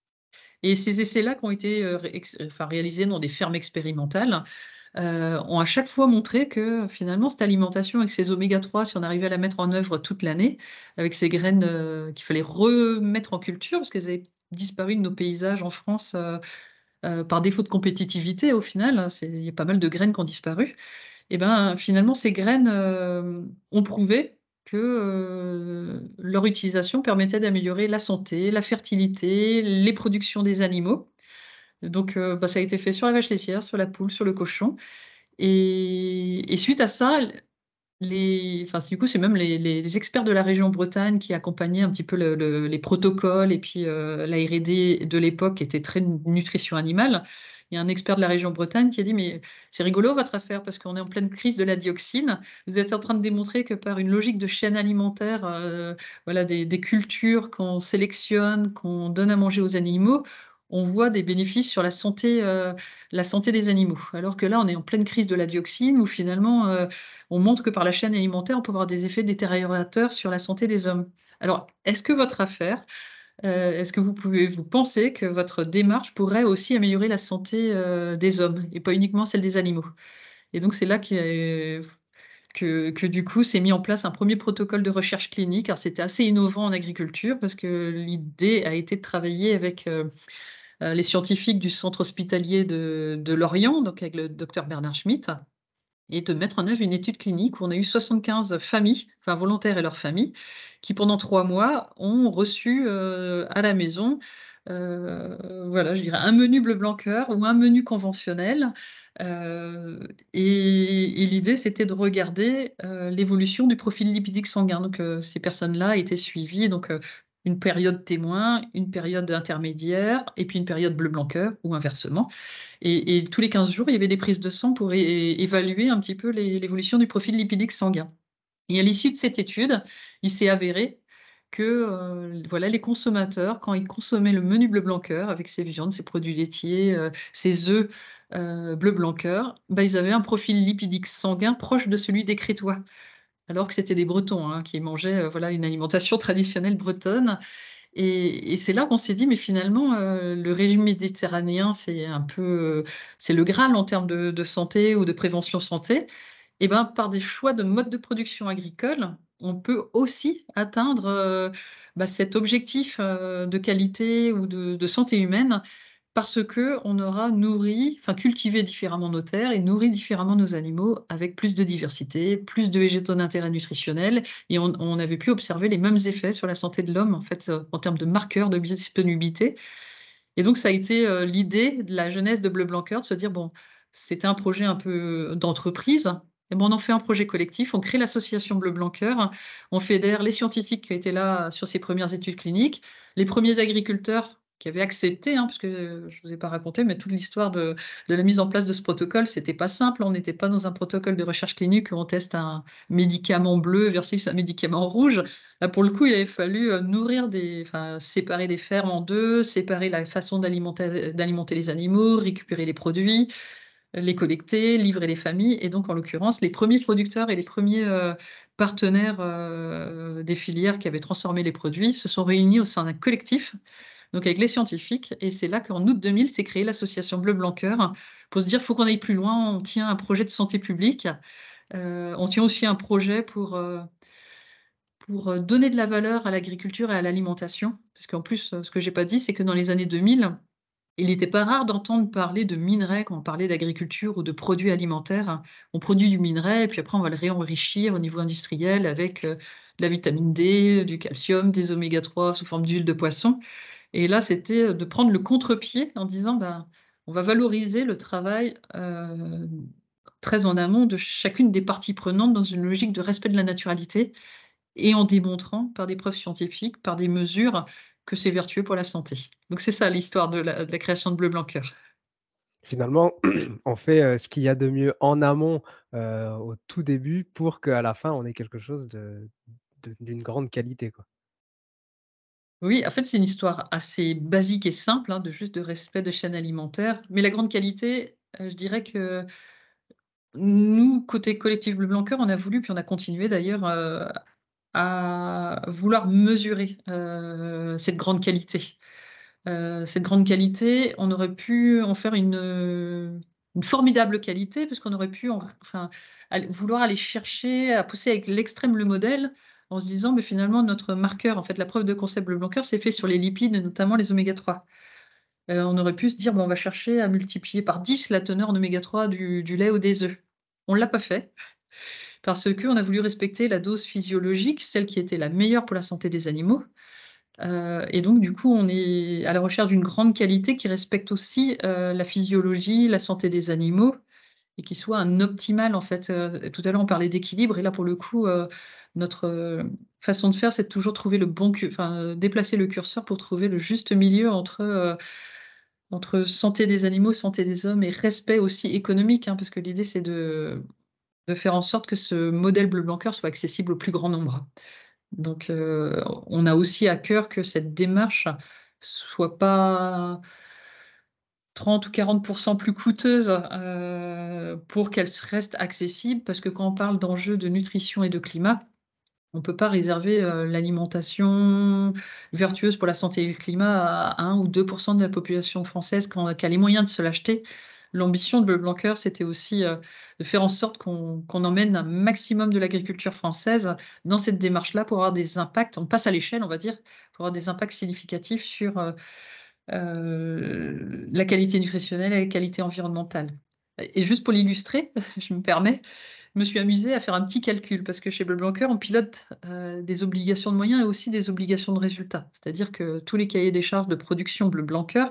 Et ces essais-là qui ont été euh, ré- ex- enfin, réalisés dans des fermes expérimentales euh, ont à chaque fois montré que finalement cette alimentation avec ces oméga trois, si on arrivait à la mettre en œuvre toute l'année, avec ces graines euh, qu'il fallait remettre en culture parce qu'elles avaient disparu de nos paysages en France euh, euh, par défaut de compétitivité au final, hein, c'est- il y a pas mal de graines qui ont disparu. Et ben finalement ces graines euh, ont prouvé que euh, leur utilisation permettait d'améliorer la santé, la fertilité, les productions des animaux. Donc euh, bah, ça a été fait sur la vache laitière, sur la poule, sur le cochon. Et, et suite à ça, les, enfin, du coup, c'est même les, les- les experts de la région Bretagne qui accompagnaient un petit peu le- le- les protocoles et puis euh, la R et D de l'époque qui était très nutrition animale. Il y a un expert de la région Bretagne qui a dit, mais c'est rigolo votre affaire parce qu'on est en pleine crise de la dioxine. Vous êtes en train de démontrer que par une logique de chaîne alimentaire, euh, voilà, des, des cultures qu'on sélectionne, qu'on donne à manger aux animaux, on voit des bénéfices sur la santé, euh, la santé des animaux. Alors que là, on est en pleine crise de la dioxine où finalement, euh, on montre que par la chaîne alimentaire, on peut avoir des effets détériorateurs sur la santé des hommes. Alors, est-ce que votre affaire, euh, est-ce que vous pouvez vous penser que votre démarche pourrait aussi améliorer la santé euh, des hommes et pas uniquement celle des animaux? Et donc, c'est là qu'il y a, que, que du coup s'est mis en place un premier protocole de recherche clinique. Alors, c'était assez innovant en agriculture parce que l'idée a été de travailler avec euh, euh, les scientifiques du centre hospitalier de, de Lorient, donc avec le docteur Bernard Schmitt, et de mettre en œuvre une étude clinique où on a eu soixante-quinze familles, enfin volontaires et leurs familles, qui pendant trois mois ont reçu euh, à la maison, euh, voilà, je dirais un menu bleu blanc cœur ou un menu conventionnel. Euh, et, et l'idée, c'était de regarder euh, l'évolution du profil lipidique sanguin. Donc, euh, ces personnes-là étaient suivies. Donc, euh, une période témoin, une période intermédiaire, et puis une période bleu blanc cœur, ou inversement. Et, et tous les quinze jours, il y avait des prises de sang pour é- évaluer un petit peu les- l'évolution du profil lipidique sanguin. Et à l'issue de cette étude, il s'est avéré que euh, voilà, les consommateurs, quand ils consommaient le menu bleu blanc cœur avec ses viandes, ses produits laitiers, euh, ses œufs euh, bleu blanc cœur, bah, ils avaient un profil lipidique sanguin proche de celui des Crétois, alors que c'était des Bretons hein, qui mangeaient euh, voilà, une alimentation traditionnelle bretonne. Et, et c'est là qu'on s'est dit, mais finalement, euh, le régime méditerranéen, c'est un peu, euh, c'est le Graal en termes de, de santé ou de prévention santé. Et ben, par des choix de mode de production agricole, on peut aussi atteindre euh, bah, cet objectif euh, de qualité ou de, de santé humaine parce que on aura nourri, enfin cultivé différemment nos terres et nourri différemment nos animaux avec plus de diversité, plus de végétaux d'intérêt nutritionnel, et on, on avait pu observer les mêmes effets sur la santé de l'homme en fait euh, en termes de marqueurs de biodisponibilité. Et donc ça a été euh, l'idée de la jeunesse de Bleu Blanc Cœur de se dire bon, c'était un projet un peu d'entreprise. Et bon, on en fait un projet collectif, on crée l'association Bleu Blanc Cœur, on fédère les scientifiques qui étaient là sur ces premières études cliniques, les premiers agriculteurs qui avaient accepté, hein, parce que euh, je ne vous ai pas raconté, mais toute l'histoire de, de la mise en place de ce protocole, c'était pas simple. On n'était pas dans un protocole de recherche clinique où on teste un médicament bleu versus un médicament rouge. Là, pour le coup, il avait fallu euh, nourrir des, enfin, séparer des fermes en deux, séparer la façon d'alimenter, d'alimenter les animaux, récupérer les produits, les collecter, livrer les familles. Et donc, en l'occurrence, les premiers producteurs et les premiers euh, partenaires euh, des filières qui avaient transformé les produits se sont réunis au sein d'un collectif, donc avec les scientifiques. Et c'est là qu'en août deux mille s'est créée l'association Bleu Blanc Cœur pour se dire, faut qu'on aille plus loin. On tient un projet de santé publique. Euh, on tient aussi un projet pour euh, pour euh, donner de la valeur à l'agriculture et à l'alimentation. Parce qu'en plus, euh, ce que j'ai pas dit, c'est que dans les années deux mille, Il n'était pas rare d'entendre parler de minerais quand on parlait d'agriculture ou de produits alimentaires. On produit du minerai et puis après on va le réenrichir au niveau industriel avec euh, de la vitamine D, du calcium, des oméga trois sous forme d'huile de poisson. Et là, c'était de prendre le contre-pied en disant ben, on va valoriser le travail euh, très en amont de chacune des parties prenantes dans une logique de respect de la naturalité et en démontrant par des preuves scientifiques, par des mesures, que c'est vertueux pour la santé. Donc c'est ça l'histoire de la, de la création de Bleu Blanc Cœur. Finalement, on fait euh, ce qu'il y a de mieux en amont euh, au tout début pour qu'à la fin, on ait quelque chose de, de- d'une grande qualité, quoi. Oui, en fait, c'est une histoire assez basique et simple, hein, de juste de respect de chaîne alimentaire. Mais la grande qualité, euh, je dirais que nous, côté collectif Bleu Blanc Cœur, on a voulu, puis on a continué d'ailleurs, euh, à vouloir mesurer euh, cette grande qualité. Euh, cette grande qualité, on aurait pu en faire une, euh, une formidable qualité, parce qu'on aurait pu en- enfin, aller- vouloir aller chercher, à pousser avec l'extrême le modèle, en se disant, mais finalement, notre marqueur, en fait, la preuve de concept Bleu Blanc Cœur, c'est fait sur les lipides, et notamment les oméga trois. Euh, on aurait pu se dire, bon, on va chercher à multiplier par dix la teneur en oméga trois du, du lait ou des œufs. On ne l'a pas fait, parce qu'on a voulu respecter la dose physiologique, celle qui était la meilleure pour la santé des animaux. Euh, et donc, du coup, on est à la recherche d'une grande qualité qui respecte aussi euh, la physiologie, la santé des animaux, et qui soit un optimal, en fait. Euh, tout à l'heure, on parlait d'équilibre, et là, pour le coup, euh, notre euh, façon de faire, c'est de toujours trouver le bon, cu- enfin, euh, déplacer le curseur pour trouver le juste milieu entre, euh, entre santé des animaux, santé des hommes, et respect aussi économique, hein, parce que l'idée, c'est de, de faire en sorte que ce modèle bleu blanc cœur soit accessible au plus grand nombre. Donc, euh, on a aussi à cœur que cette démarche soit pas trente ou quarante pour cent plus coûteuse euh, pour qu'elle reste accessible, parce que quand on parle d'enjeux de nutrition et de climat, on ne peut pas réserver euh, l'alimentation vertueuse pour la santé et le climat à un ou deux pour cent de la population française quand- qui a les moyens de se l'acheter. L'ambition de Bleu Blanc Cœur, c'était aussi euh, de faire en sorte qu'on qu'on emmène un maximum de l'agriculture française dans cette démarche-là pour avoir des impacts, on passe à l'échelle, on va dire, pour avoir des impacts significatifs sur euh, euh, la qualité nutritionnelle et la qualité environnementale. Et juste pour l'illustrer, je me permets, je me suis amusée à faire un petit calcul, parce que chez Bleu Blanc Cœur, on pilote euh, des obligations de moyens et aussi des obligations de résultats. C'est-à-dire que tous les cahiers des charges de production Bleu Blanc Cœur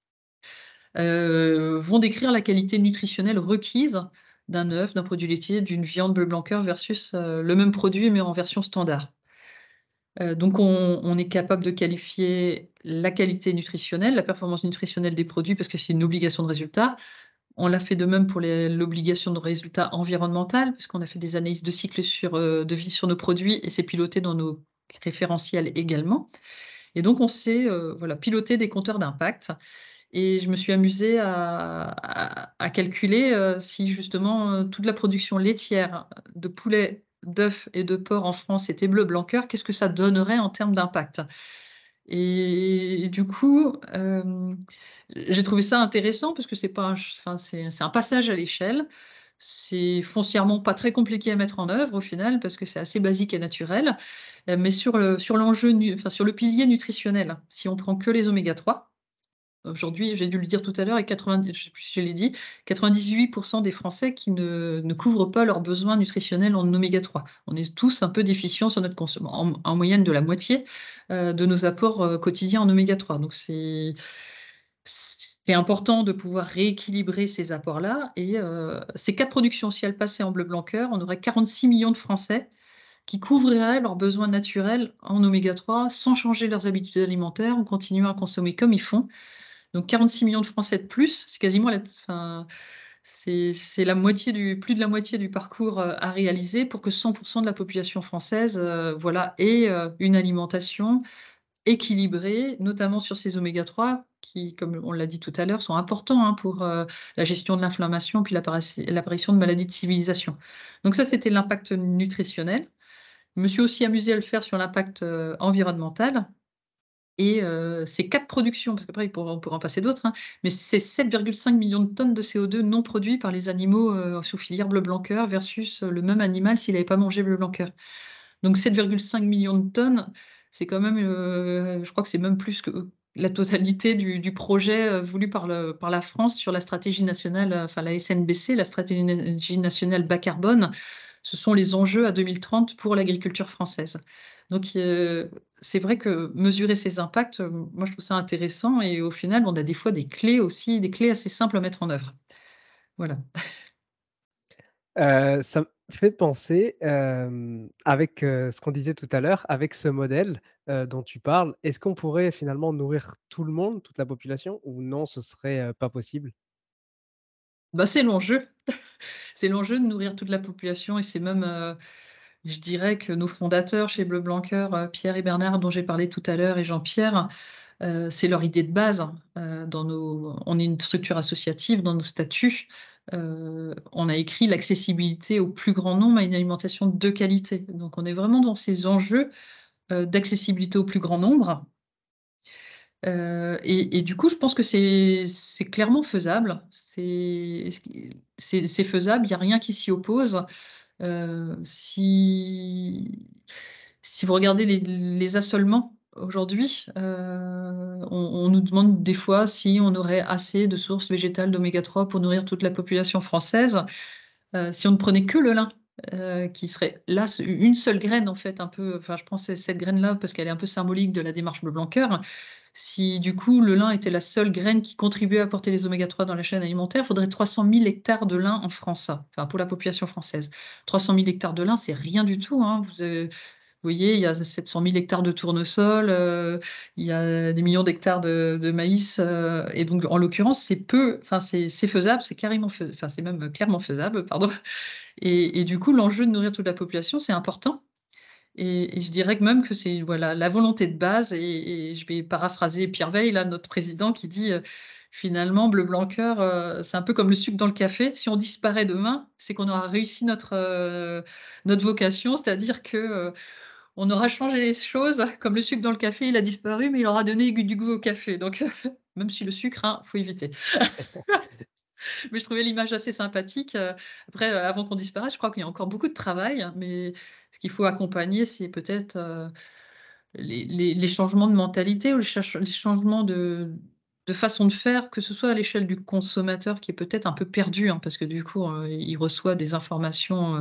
euh, vont décrire la qualité nutritionnelle requise d'un œuf, d'un produit laitier, d'une viande Bleu Blanc Cœur versus euh, le même produit mais en version standard. Euh, donc on, on est capable de qualifier la qualité nutritionnelle, la performance nutritionnelle des produits, parce que c'est une obligation de résultat. On l'a fait de même pour les- l'obligation de résultat environnemental, puisqu'on a fait des analyses de cycle sur, euh, de vie sur nos produits et c'est piloté dans nos référentiels également. Et donc on sait euh, voilà, piloter des compteurs d'impact. Et je me suis amusée à, à- à calculer euh, si justement euh, toute la production laitière de poulet, d'œufs et de porc en France était bleu blanc cœur, qu'est-ce que ça donnerait en termes d'impact? Et, du coup, euh, j'ai trouvé ça intéressant parce que c'est pas un, enfin, c'est, c'est un passage à l'échelle. C'est foncièrement pas très compliqué à mettre en œuvre au final parce que c'est assez basique et naturel. Euh, Mais sur le, sur l'enjeu, nu- enfin, sur le pilier nutritionnel, si on prend que les oméga trois, aujourd'hui, j'ai dû le dire tout à l'heure, et quatre-vingt-dix, je sais plus si je l'ai dit, quatre-vingt-dix-huit pour cent des Français qui ne, ne couvrent pas leurs besoins nutritionnels en oméga trois. On est tous un peu déficients sur notre consommation, en, en moyenne de la moitié euh, de nos apports euh, quotidiens en oméga trois. Donc c'est c'est important de pouvoir rééquilibrer ces apports-là. Et euh, ces quatre productions, si elles passaient en bleu blanc cœur, on aurait quarante-six millions de Français qui couvriraient leurs besoins naturels en oméga trois sans changer leurs habitudes alimentaires ou continuant à consommer comme ils font. Donc quarante-six millions de Français de plus, c'est quasiment la, enfin, c'est, c'est la moitié du, plus de la moitié du parcours euh, à réaliser pour que cent pour cent de la population française euh, voilà, ait euh, une alimentation équilibrée, notamment sur ces oméga trois qui, comme on l'a dit tout à l'heure, sont importants hein, pour euh, la gestion de l'inflammation puis l'apparition l'apparition de maladies de civilisation. Donc ça, c'était l'impact nutritionnel. Je me suis aussi amusée à le faire sur l'impact euh, environnemental. Et euh, ces quatre productions, parce qu'après on pourra en passer d'autres, hein, mais c'est sept virgule cinq millions de tonnes de C O deux non produits par les animaux euh, sous filière bleu blanc cœur versus le même animal s'il n'avait pas mangé bleu blanc cœur. Donc sept virgule cinq millions de tonnes, c'est quand même, euh, je crois que c'est même plus que la totalité du, du projet euh, voulu par, le, par la France sur la stratégie nationale, euh, enfin la S N B C, la stratégie nationale bas carbone. Ce sont les enjeux à deux mille trente pour l'agriculture française. Donc, euh, c'est vrai que mesurer ces impacts, euh, moi, je trouve ça intéressant. Et au final, on a des fois des clés aussi, des clés assez simples à mettre en œuvre. Voilà. Euh, ça me fait penser, euh, avec euh, ce qu'on disait tout à l'heure, avec ce modèle euh, dont tu parles, est-ce qu'on pourrait finalement nourrir tout le monde, toute la population, ou non, ce serait euh, pas possible? Bah, c'est l'enjeu. C'est l'enjeu de nourrir toute la population. Et c'est même, euh, je dirais que nos fondateurs chez Bleu Blanc Cœur, euh, Pierre et Bernard, dont j'ai parlé tout à l'heure, et Jean-Pierre, euh, c'est leur idée de base. Euh, dans nos, on est une structure associative dans nos statuts. Euh, on a écrit l'accessibilité au plus grand nombre à une alimentation de qualité. Donc on est vraiment dans ces enjeux euh, d'accessibilité au plus grand nombre. Euh, et, et du coup, je pense que c'est c'est clairement faisable. C'est c'est- c'est faisable, il n'y a rien qui s'y oppose. Euh, si, si vous regardez les, les assolements aujourd'hui, euh, on, on nous demande des fois si on aurait assez de sources végétales d'oméga trois pour nourrir toute la population française. Euh, si on ne prenait que le lin, euh, qui serait là une seule graine en fait, un peu, enfin je pense cette graine-là parce qu'elle est un peu symbolique de la démarche Bleu Blanc Cœur. Si du coup le lin était la seule graine qui contribuait à apporter les oméga trois dans la chaîne alimentaire, il faudrait trois cent mille hectares de lin en France, enfin pour la population française. trois cent mille hectares de lin, c'est rien du tout. Hein. Vous, avez- vous voyez, il y a sept cent mille hectares de tournesol, euh, il y a des millions d'hectares de, de maïs, euh, et donc en l'occurrence, c'est peu, enfin c'est c'est faisable, c'est carrément faisable, enfin c'est même clairement faisable, pardon. Et, et du coup, l'enjeu de nourrir toute la population, c'est important. Et, et je dirais que même que c'est voilà, la volonté de base, et, et je vais paraphraser Pierre Veil, là, notre président, qui dit euh, finalement, Bleu Blanc Cœur, euh, c'est un peu comme le sucre dans le café. Si on disparaît demain, c'est qu'on aura réussi notre, euh, notre vocation, c'est-à-dire que euh, on aura changé les choses. Comme le sucre dans le café, il a disparu, mais il aura donné du goût au café. Donc, même si le sucre, il hein, faut éviter. Mais je trouvais l'image assez sympathique. Euh, Après, euh, avant qu'on disparaisse, je crois qu'il y a encore beaucoup de travail, mais ce qu'il faut accompagner, c'est peut-être euh, les, les- les changements de mentalité ou les, ch- les changements de, de façon de faire, que ce soit à l'échelle du consommateur qui est peut-être un peu perdu, hein, parce que du coup, euh, il reçoit des informations euh,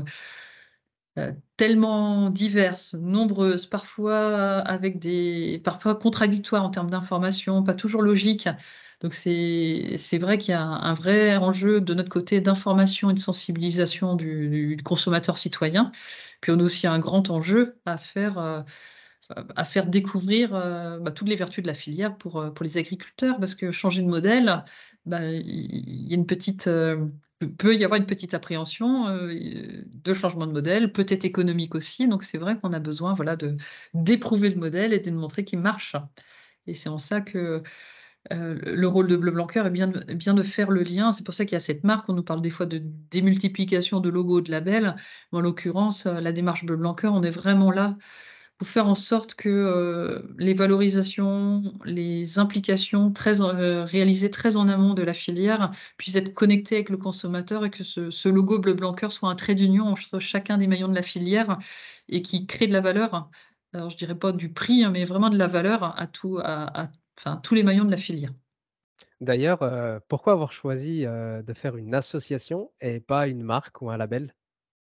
euh, tellement diverses, nombreuses, parfois avec des, parfois contradictoires en termes d'informations, pas toujours logiques. Donc c'est c'est vrai qu'il y a un, un vrai enjeu de notre côté d'information et de sensibilisation du, du consommateur citoyen. Puis on a aussi un grand enjeu à faire, euh, à faire découvrir euh, bah, toutes les vertus de la filière pour, euh, pour les agriculteurs, parce que changer de modèle, bah, il il y a une petite, euh, peut y avoir une petite appréhension euh, de changement de modèle, peut-être économique aussi. Donc c'est vrai qu'on a besoin voilà, de d'éprouver le modèle et de montrer qu'il marche. Et c'est en ça que euh, le rôle de Bleu Blanc Cœur est bien de, bien de faire le lien. C'est pour ça qu'il y a cette marque. On nous parle des fois de démultiplication de logos, de labels. Mais en l'occurrence, euh, la démarche Bleu Blanc Cœur, on est vraiment là pour faire en sorte que euh, les valorisations, les implications très, euh, réalisées très en amont de la filière puissent être connectées avec le consommateur et que ce, ce logo Bleu Blanc Cœur soit un trait d'union entre chacun des maillons de la filière et qui crée de la valeur. Alors, je dirais pas du prix, hein, mais vraiment de la valeur à, tout, à, à enfin, tous les maillons de la filière. D'ailleurs, euh, pourquoi avoir choisi euh, de faire une association et pas une marque ou un label?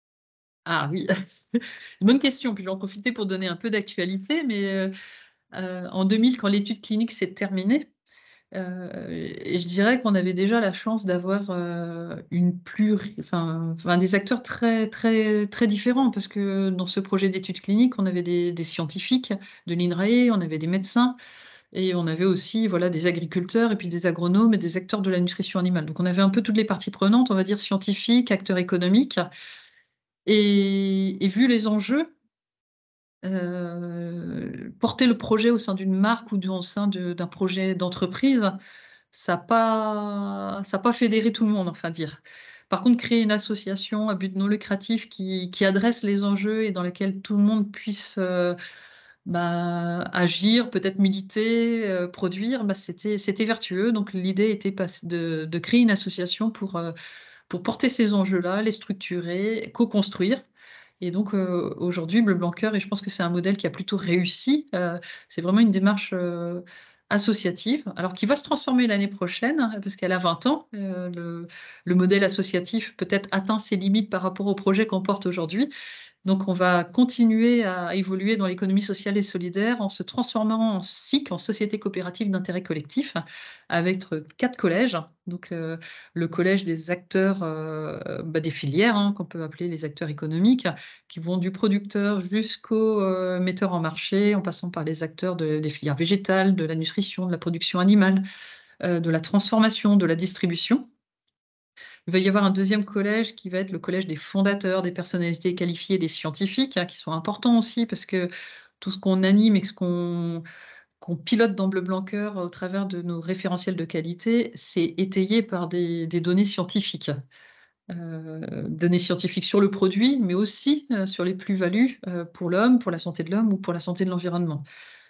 Ah oui, bonne question. Puis je vais en profiter pour donner un peu d'actualité, mais euh, euh, en deux mille, quand l'étude clinique s'est terminée, Euh, et je dirais qu'on avait déjà la chance d'avoir euh, une plus, enfin, enfin, des acteurs très, très, très différents, parce que dans ce projet d'études cliniques, on avait des, des scientifiques de l'INRAE, on avait des médecins, et on avait aussi voilà, des agriculteurs, et puis des agronomes et des acteurs de la nutrition animale. Donc on avait un peu toutes les parties prenantes, on va dire scientifiques, acteurs économiques, et, et vu les enjeux, euh, porter le projet au sein d'une marque ou au sein de- d'un projet d'entreprise, ça n'a pas, ça a pas fédéré tout le monde, enfin dire. Par contre, créer une association à but non lucratif qui, qui adresse les enjeux et dans laquelle tout le monde puisse euh, bah, agir, peut-être militer, euh, produire, bah, c'était, c'était vertueux. Donc l'idée était pas- de, de créer une association pour, euh, pour porter ces enjeux-là, les structurer, co-construire. Et donc euh, aujourd'hui, Bleu Blanc Cœur, et je pense que c'est un modèle qui a plutôt réussi, euh, c'est vraiment une démarche euh, associative, alors qui va se transformer l'année prochaine, parce qu'elle a vingt ans. Euh, le, le modèle associatif peut-être atteint ses limites par rapport au projet qu'on porte aujourd'hui. Donc, on va continuer à évoluer dans l'économie sociale et solidaire en se transformant en S I C, en société coopérative d'intérêt collectif, avec quatre collèges. Donc, euh, le collège des acteurs euh, bah, des filières, hein, qu'on peut appeler les acteurs économiques, qui vont du producteur jusqu'au euh, metteur en marché, en passant par les acteurs de- des filières végétales, de la nutrition, de la production animale, euh, de la transformation, de la distribution. Il va y avoir un deuxième collège qui va être le collège des fondateurs, des personnalités qualifiées, des scientifiques, hein, qui sont importants aussi parce que tout ce qu'on anime et ce qu'on qu'on pilote dans Bleu Blanc Cœur au travers de nos référentiels de qualité, c'est étayé par des, des données scientifiques. Euh, données scientifiques sur le produit, mais aussi euh, sur les plus-values euh, pour l'homme, pour la santé de l'homme ou pour la santé de l'environnement.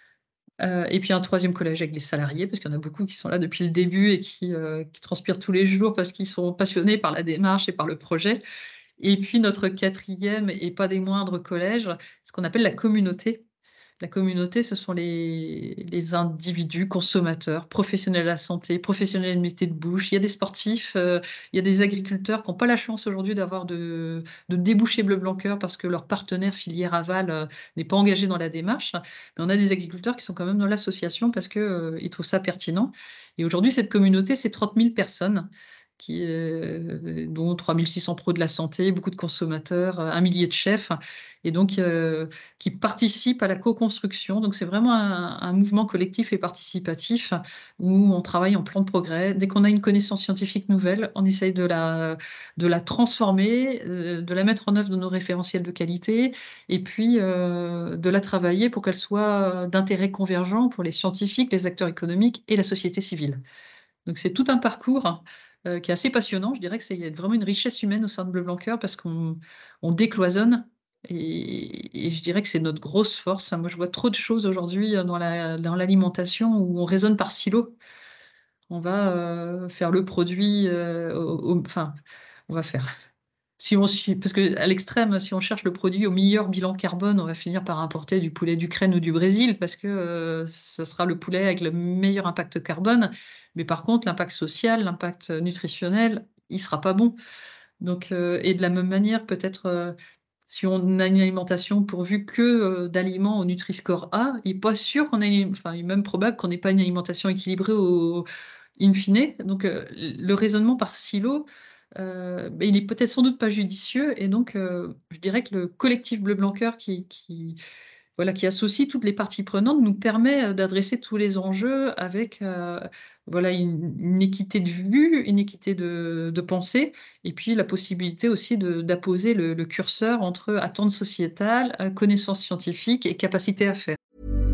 Euh, et puis un troisième collège avec les salariés, parce qu'il y en a beaucoup qui sont là depuis le début et qui, euh, qui transpirent tous les jours parce qu'ils sont passionnés par la démarche et par le projet. Et puis notre quatrième, et pas des moindres collèges, ce qu'on appelle la communauté. La communauté, ce sont les, les individus consommateurs, professionnels de la santé, professionnels de métier de bouche. Il y a des sportifs, euh, il y a des agriculteurs qui n'ont pas la chance aujourd'hui d'avoir de, de déboucher Bleu Blanc Cœur parce que leur partenaire filière aval euh, n'est pas engagé dans la démarche. Mais on a des agriculteurs qui sont quand même dans l'association parce qu'ils euh, trouvent ça pertinent. Et aujourd'hui, cette communauté, c'est trente mille personnes. Qui, euh, dont trois mille six cents pros de la santé, beaucoup de consommateurs, euh, un millier de chefs, et donc euh, qui participent à la co-construction. Donc c'est vraiment un, un mouvement collectif et participatif où on travaille en plan de progrès. Dès qu'on a une connaissance scientifique nouvelle, on essaye de la, de la transformer, euh, de la mettre en œuvre dans nos référentiels de qualité, et puis euh, de la travailler pour qu'elle soit d'intérêt convergent pour les scientifiques, les acteurs économiques et la société civile. Donc c'est tout un parcours euh, qui est assez passionnant. Je dirais que c'est il y a vraiment une richesse humaine au sein de Bleu Blanc Cœur parce qu'on on décloisonne et, et je dirais que c'est notre grosse force. Moi, je vois trop de choses aujourd'hui dans la, dans l'alimentation où on raisonne par silo. On va euh, faire le produit, euh, au- au- enfin, on va faire. Si on suit, parce que à l'extrême, si on cherche le produit au meilleur bilan carbone, on va finir par importer du poulet d'Ukraine ou du Brésil parce que euh, ça sera le poulet avec le meilleur impact carbone. Mais par contre, l'impact social, l'impact nutritionnel, il sera pas bon. Donc, euh, et de la même manière, peut-être euh, si on a une alimentation pourvue que euh, d'aliments au Nutri-Score A, il n'est pas sûr qu'on ait, enfin, il est même probable qu'on n'ait pas une alimentation équilibrée au in fine. Donc, euh, le raisonnement par silo, euh, ben, il est peut-être sans doute pas judicieux. Et donc, euh, je dirais que le collectif Bleu Blanc Cœur qui, qui, voilà, qui associe toutes les parties prenantes nous permet euh, d'adresser tous les enjeux avec euh, voilà, une, une équité de vue, une équité de, de pensée, et puis la possibilité aussi de- d'apposer le, le curseur entre attentes sociétales, euh, connaissances scientifiques et capacité à faire.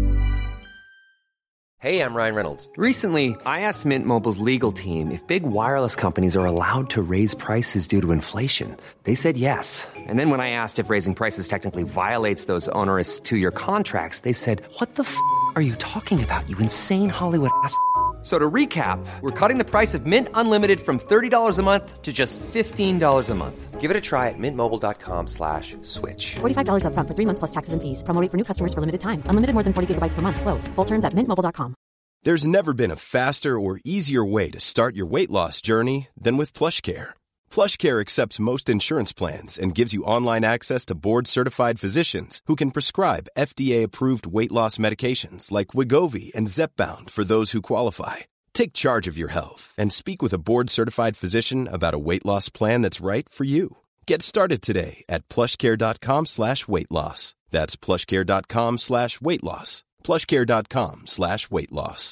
Hey, I'm Ryan Reynolds. Recently, I asked Mint Mobile's legal team if big wireless companies are allowed to raise prices due to inflation. They said yes. And then when I asked if raising prices technically violates those onerous two-year contracts, they said, "What the f*** are you talking about, you insane Hollywood ass?" So to recap, we're cutting the price of Mint Unlimited from thirty dollars a month to just fifteen dollars a month. Give it a try at mintmobile.com slash switch. forty-five dollars up front for three months plus taxes and fees. Promo rate for new customers for limited time. Unlimited more than forty gigabytes per month. Slows full terms at mint mobile dot com. There's never been a faster or easier way to start your weight loss journey than with PlushCare. PlushCare accepts most insurance plans and gives you online access to board-certified physicians who can prescribe F D A-approved weight loss medications like Wegovy and Zepbound for those who qualify. Take charge of your health and speak with a board-certified physician about a weight loss plan that's right for you. Get started today at plushcare.com slash weight loss. That's plushcare.com slash weight loss. plushcare.com slash weight loss.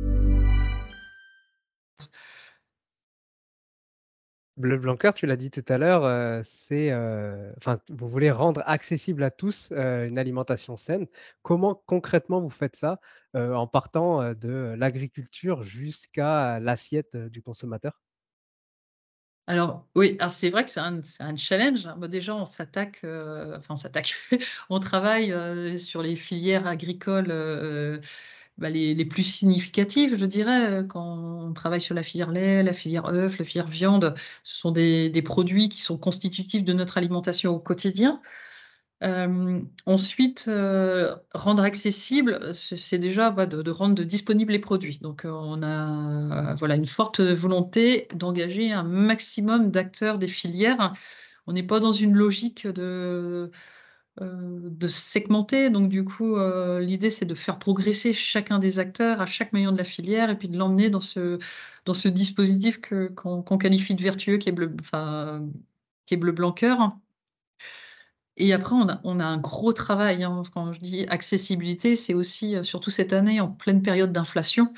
Bleu Blanc Cœur, tu l'as dit tout à l'heure, euh, c'est, euh, enfin, vous voulez rendre accessible à tous euh, une alimentation saine. Comment concrètement vous faites ça euh, en partant euh, de l'agriculture jusqu'à l'assiette euh, du consommateur? Alors oui, alors c'est vrai que c'est un, c'est un challenge. Moi, déjà, on s'attaque, euh, enfin on s'attaque, on travaille euh, sur les filières agricoles euh, bah, les, les plus significatives, je dirais. euh, Quand on travaille sur la filière lait, la filière œufs, la filière viande, ce sont des, des produits qui sont constitutifs de notre alimentation au quotidien. Euh, ensuite, euh, rendre accessible, c'est c'est déjà bah, de, de rendre disponibles les produits. Donc, euh, on a euh, voilà, une forte volonté d'engager un maximum d'acteurs des filières. On n'est pas dans une logique de, euh, de segmenter. Donc, du coup, euh, l'idée, c'est de faire progresser chacun des acteurs à chaque maillon de la filière et puis de l'emmener dans ce, dans ce dispositif que, qu'on, qu'on qualifie de vertueux, qui est bleu, enfin, qui est bleu blanc cœur. Et après, on a, on a un gros travail, hein. Quand je dis accessibilité, c'est aussi, euh, surtout cette année, en pleine période d'inflation,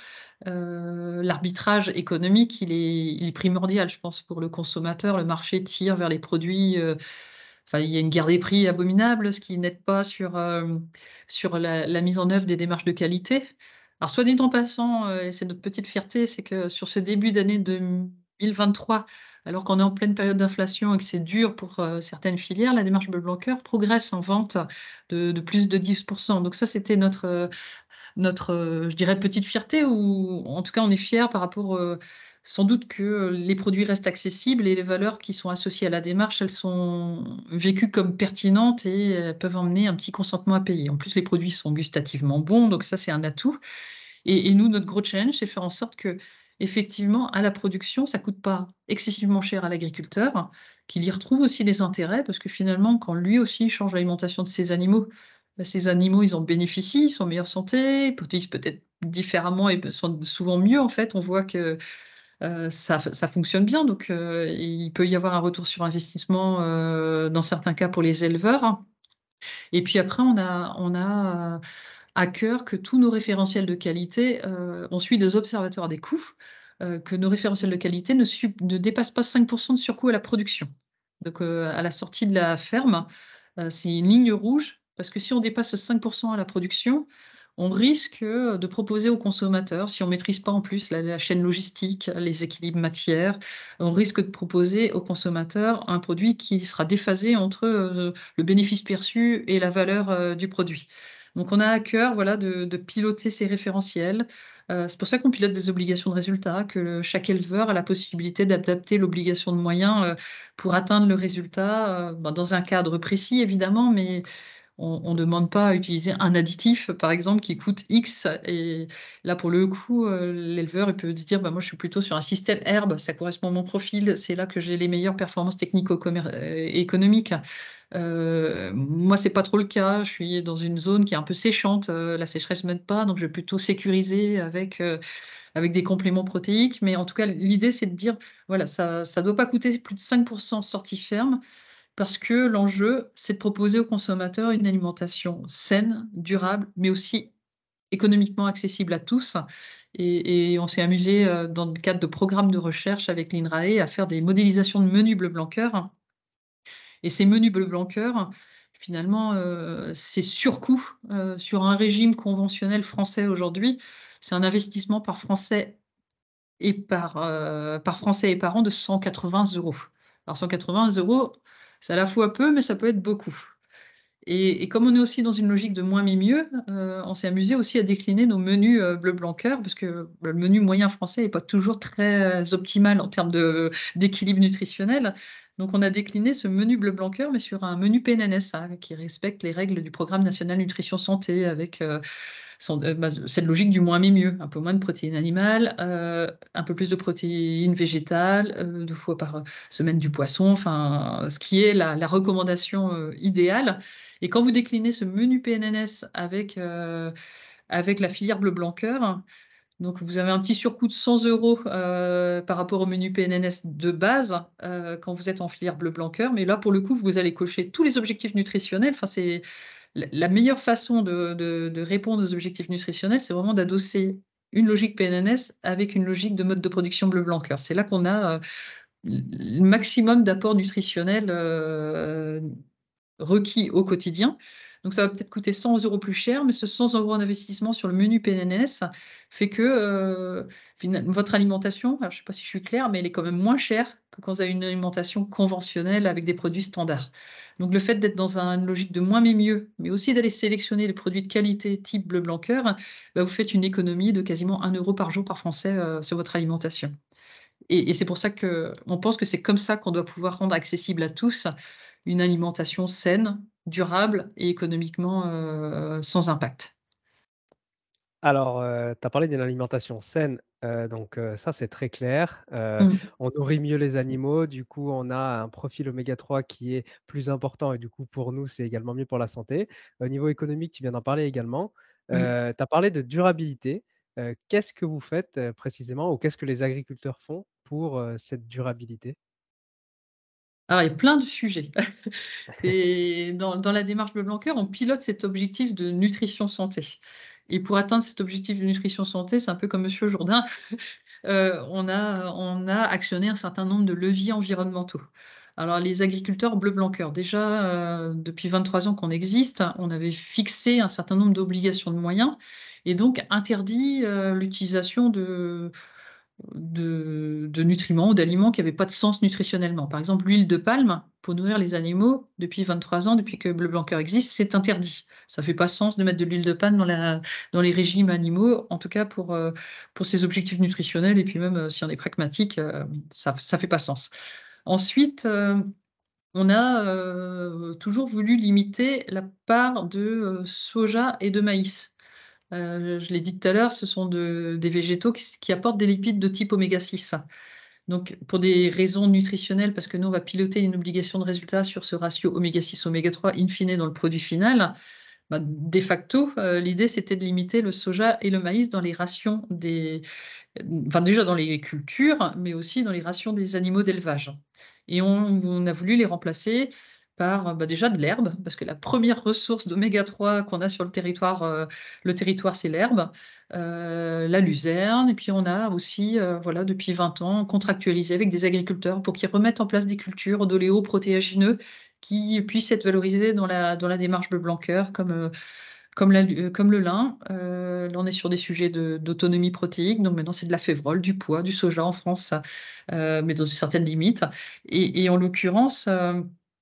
euh, l'arbitrage économique, il est, il est primordial, je pense, pour le consommateur. Le marché tire vers les produits. euh, Enfin, il y a une guerre des prix abominable, ce qui n'aide pas sur, euh, sur la, la mise en œuvre des démarches de qualité. Alors, soit dit en passant, euh, et c'est notre petite fierté, c'est que sur ce début d'année deux mille vingt-trois, alors qu'on est en pleine période d'inflation et que c'est dur pour euh, certaines filières, la démarche Bleu Blanc Cœur progresse en vente de, de plus de dix pour cent. Donc ça, c'était notre, euh, notre euh, je dirais, petite fierté, ou en tout cas, on est fiers par rapport, euh, sans doute que les produits restent accessibles et les valeurs qui sont associées à la démarche, elles sont vécues comme pertinentes et elles peuvent emmener un petit consentement à payer. En plus, les produits sont gustativement bons, donc ça, c'est un atout. Et, et nous, notre gros challenge, c'est faire en sorte que, effectivement, à la production, ça ne coûte pas excessivement cher à l'agriculteur, qu'il y retrouve aussi des intérêts, parce que finalement, quand lui aussi change l'alimentation de ses animaux, ben, ces animaux, ils en bénéficient, ils sont en meilleure santé, ils produisent peut-être différemment et sont souvent mieux, en fait. On voit que euh, ça, ça fonctionne bien, donc euh, il peut y avoir un retour sur investissement euh, dans certains cas pour les éleveurs. Et puis après, on a, on a euh, à cœur que tous nos référentiels de qualité, euh, on suit des observateurs des coûts, euh, que nos référentiels de qualité ne, su- ne dépassent pas cinq pour cent de surcoût à la production. Donc euh, à la sortie de la ferme, euh, c'est une ligne rouge, parce que si on dépasse cinq pour cent à la production, on risque euh, de proposer aux consommateurs, si on ne maîtrise pas en plus la, la chaîne logistique, les équilibres matières, on risque de proposer aux consommateurs un produit qui sera déphasé entre euh, le bénéfice perçu et la valeur euh, du produit. Donc on a à cœur, voilà, de, de piloter ces référentiels. Euh, c'est pour ça qu'on pilote des obligations de résultat, que le- chaque éleveur a la possibilité d'adapter l'obligation de moyens euh, pour atteindre le résultat, euh, ben, dans un cadre précis évidemment, mais on ne demande pas à utiliser un additif, par exemple, qui coûte X. Et là, pour le coup, euh, l'éleveur il peut se dire, bah, moi, je suis plutôt sur un système herbe, ça correspond à mon profil, c'est là que j'ai les meilleures performances technico-économiques. Euh, moi, c'est pas trop le cas. Je suis dans une zone qui est un peu séchante. Euh, la sécheresse m'aide pas, donc je vais plutôt sécuriser avec, euh, avec des compléments protéiques. Mais en tout cas, l'idée, c'est de dire, voilà, ça ne doit pas coûter plus de cinq pour cent sortie ferme, parce que l'enjeu, c'est de proposer aux consommateurs une alimentation saine, durable, mais aussi économiquement accessible à tous. Et, et on s'est amusé, euh, dans le cadre de programmes de recherche avec l'I N R A E, à faire des modélisations de menus bleu blanc cœur. Et ces menus bleu blanc cœur, finalement, euh, c'est surcoût euh, sur un régime conventionnel français aujourd'hui. C'est un investissement par Français et par, euh, par Français et par an de cent quatre-vingts euros. Alors cent quatre-vingts euros, c'est à la fois peu, mais ça peut être beaucoup. Et, et comme on est aussi dans une logique de moins mais mieux, euh, on s'est amusé aussi à décliner nos menus euh, bleu blanc cœur, parce que le menu moyen français n'est pas toujours très optimal en termes de, d'équilibre nutritionnel. Donc on a décliné ce menu bleu blanc cœur, mais sur un menu P N N S, hein, qui respecte les règles du programme national nutrition santé, avec euh, son- euh, bah, cette logique du moins mais mieux, un peu moins de protéines animales, euh, un peu plus de protéines végétales, euh, deux fois par semaine du poisson, enfin, ce qui est la, la recommandation euh, idéale. Et quand vous déclinez ce menu P N N S avec, euh, avec la filière bleu blanc cœur, donc vous avez un petit surcoût de cent euros euh, par rapport au menu P N N S de base euh, quand vous êtes en filière bleu blanc cœur, mais là pour le coup vous allez cocher tous les objectifs nutritionnels. Enfin, c'est la la meilleure façon de, de- de répondre aux objectifs nutritionnels, c'est vraiment d'adosser une logique P N N S avec une logique de mode de production bleu blanc cœur. C'est là qu'on a euh, le maximum d'apport nutritionnel euh, requis au quotidien. Donc ça va peut-être coûter cent euros plus cher, mais ce cent euros d'investissement sur le menu P N N S fait que euh, finalement, votre alimentation, alors je ne sais pas si je suis claire, mais elle est quand même moins chère que quand vous avez une alimentation conventionnelle avec des produits standards. Donc le fait d'être dans une logique de moins mais mieux, mais aussi d'aller sélectionner les produits de qualité type bleu blanc cœur, bah, vous faites une économie de quasiment un euro par jour par Français euh, sur votre alimentation. Et, et c'est pour ça qu'on pense que c'est comme ça qu'on doit pouvoir rendre accessible à tous une alimentation saine, durable et économiquement euh, sans impact. Alors, euh, tu as parlé d'une alimentation saine, euh, donc euh, ça c'est très clair. Euh, Mm. on nourrit mieux les animaux, du coup on a un profil oméga trois qui est plus important et du coup pour nous c'est également mieux pour la santé. Au niveau économique, tu viens d'en parler également. Oui. Euh, tu as parlé de durabilité. Euh, qu'est-ce que vous faites euh, précisément ou qu'est-ce que les agriculteurs font pour euh, cette durabilité? Alors, il y a plein de sujets. Et dans, dans la démarche Bleu Blanc Cœur, on pilote cet objectif de nutrition santé. Et pour atteindre cet objectif de nutrition santé, c'est un peu comme Monsieur Jourdain, euh, on a, on a actionné un certain nombre de leviers environnementaux. Alors, les agriculteurs Bleu Blanc Cœur, déjà, euh, depuis vingt-trois ans qu'on existe, on avait fixé un certain nombre d'obligations de moyens et donc interdit euh, l'utilisation de, de, de nutriments ou d'aliments qui n'avaient pas de sens nutritionnellement. Par exemple, l'huile de palme, pour nourrir les animaux, depuis vingt-trois ans, depuis que Bleu Blanc Cœur existe, c'est interdit. Ça ne fait pas sens de mettre de l'huile de palme dans, la, dans les régimes animaux, en tout cas pour, euh, pour ces objectifs nutritionnels, et puis même euh, si on est pragmatique, euh, ça ne fait pas sens. Ensuite, euh, on a euh, toujours voulu limiter la part de euh, soja et de maïs. Euh, je l'ai dit tout à l'heure, ce sont de, des végétaux qui, qui apportent des lipides de type oméga six. Donc, pour des raisons nutritionnelles, parce que nous, on va piloter une obligation de résultat sur ce ratio oméga six, oméga trois, in fine, dans le produit final, bah, de facto, euh, l'idée, c'était de limiter le soja et le maïs dans les rations des... Enfin, déjà dans les cultures, mais aussi dans les rations des animaux d'élevage. Et on, on a voulu les remplacer par bah, déjà de l'herbe, parce que la première ressource d'oméga trois qu'on a sur le territoire, euh, le territoire, c'est l'herbe, euh, la luzerne, et puis on a aussi, euh, voilà, depuis vingt ans, contractualisé avec des agriculteurs pour qu'ils remettent en place des cultures d'oléoprotéagineux qui puissent être valorisés dans la, dans la démarche Bleu Blanc Cœur, comme, euh, comme, la, euh, comme le lin. Euh, là, on est sur des sujets de, d'autonomie protéique, donc maintenant c'est de la févrole, du pois, du soja en France, euh, mais dans une certaine limite. Et, et en l'occurrence... Euh,